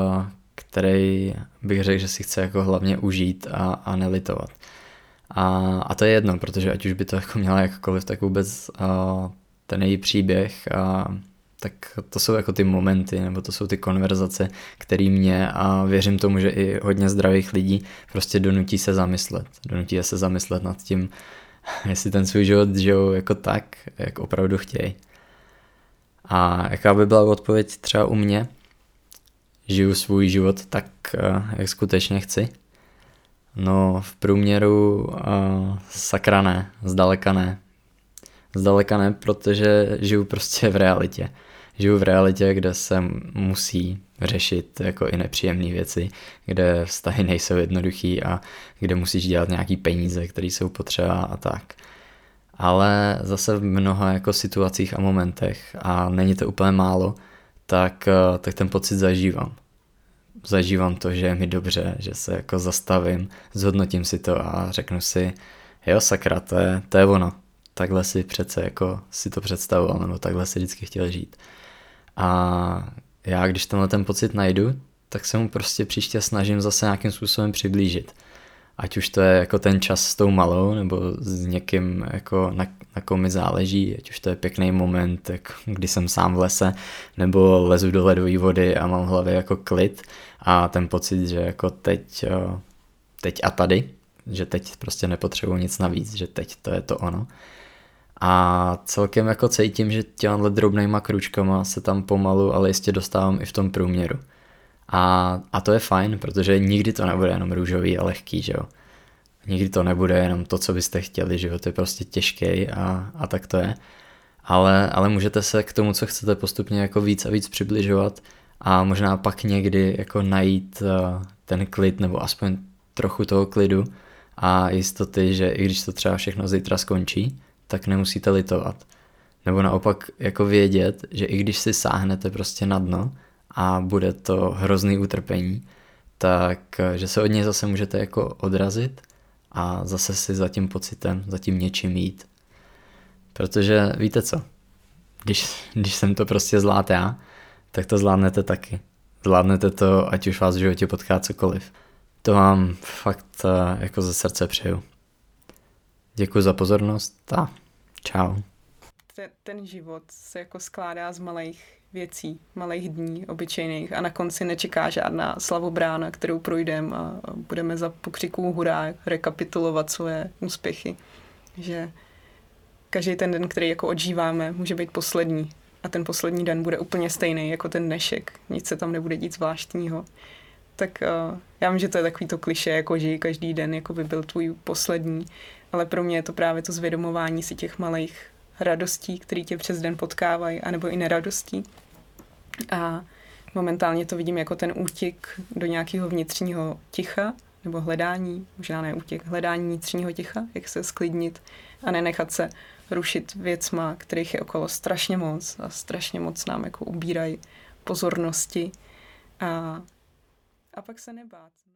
který bych řekl, že si chce jako hlavně užít a, a nelitovat. A, a to je jedno, protože ať už by to jako měla jakkoliv, tak vůbec a, ten její příběh, a, tak to jsou jako ty momenty, nebo to jsou ty konverzace, které mě a věřím tomu, že i hodně zdravých lidí prostě donutí se zamyslet. Donutí se zamyslet nad tím, jestli ten svůj život žijou jako tak, jak opravdu chtějí. A jaká by byla odpověď třeba u mě? Žiju svůj život tak, jak skutečně chci? No v průměru uh, sakra ne, zdaleka ne. Zdaleka ne, protože žiju prostě v realitě. Žiju v realitě, kde se musí řešit jako i nepříjemné věci, kde vztahy nejsou jednoduchý a kde musíš dělat nějaký peníze, které jsou potřeba a tak. Ale zase v mnoha jako situacích a momentech, a není to úplně málo, tak, tak ten pocit zažívám. Zažívám to, že je mi dobře, že se jako zastavím, zhodnotím si to a řeknu si, jo sakra, to je, to je ono. Takhle si přece jako si to představoval, nebo takhle si vždycky chtěl žít. A já, když tenhle ten pocit najdu, tak se mu prostě příště snažím zase nějakým způsobem přiblížit. Ať už to je jako ten čas s tou malou, nebo s někým, jako na, na kom mi záleží, ať už to je pěkný moment, jak, kdy jsem sám v lese, nebo lezu do ledové vody a mám v hlavě jako klid a ten pocit, že jako teď, teď a tady, že teď prostě nepotřebuji nic navíc, že teď to je to ono. A celkem jako cítím, že těmhle drobnýma kručkama se tam pomalu, ale jistě dostávám i v tom průměru. A, a to je fajn, protože nikdy to nebude jenom růžový a lehký, že jo. Nikdy to nebude jenom to, co byste chtěli, život je prostě těžký a, a tak to je. Ale, ale můžete se k tomu, co chcete, postupně jako víc a víc přibližovat a možná pak někdy jako najít uh, ten klid nebo aspoň trochu toho klidu a jistoty, že i když to třeba všechno zítra skončí, tak nemusíte litovat. Nebo naopak jako vědět, že i když si sáhnete prostě na dno a bude to hrozný utrpení, tak že se od něj zase můžete jako odrazit a zase si za tím pocitem, za tím něčím jít. Protože víte co, když, když jsem to prostě zvlád já, tak to zvládnete taky. Zvládnete to, ať už vás v životě potká cokoliv. To vám fakt jako ze srdce přeju. Děkuji za pozornost a čau. Ten, ten život se jako skládá z malých věcí, malých dní, obyčejných a na konci nečeká žádná slavobrána, kterou projdeme a budeme za pokřiků hurá rekapitulovat svoje úspěchy. Že každý ten den, který jako odžíváme, může být poslední a ten poslední den bude úplně stejný jako ten dnešek. Nic se tam nebude dít zvláštního. Tak uh, já vím, že to je takový to klišé, jako žij každý den, jako by byl tvůj poslední, ale pro mě je to právě to zvědomování si těch malých radostí, které tě přes den potkávají, anebo i neradostí. A momentálně to vidím jako ten útěk do nějakého vnitřního ticha, nebo hledání, možná ne útěk, hledání vnitřního ticha, jak se sklidnit a nenechat se rušit věcma, kterých je okolo strašně moc a strašně moc nám jako ubírají pozornosti a, a pak se nebát.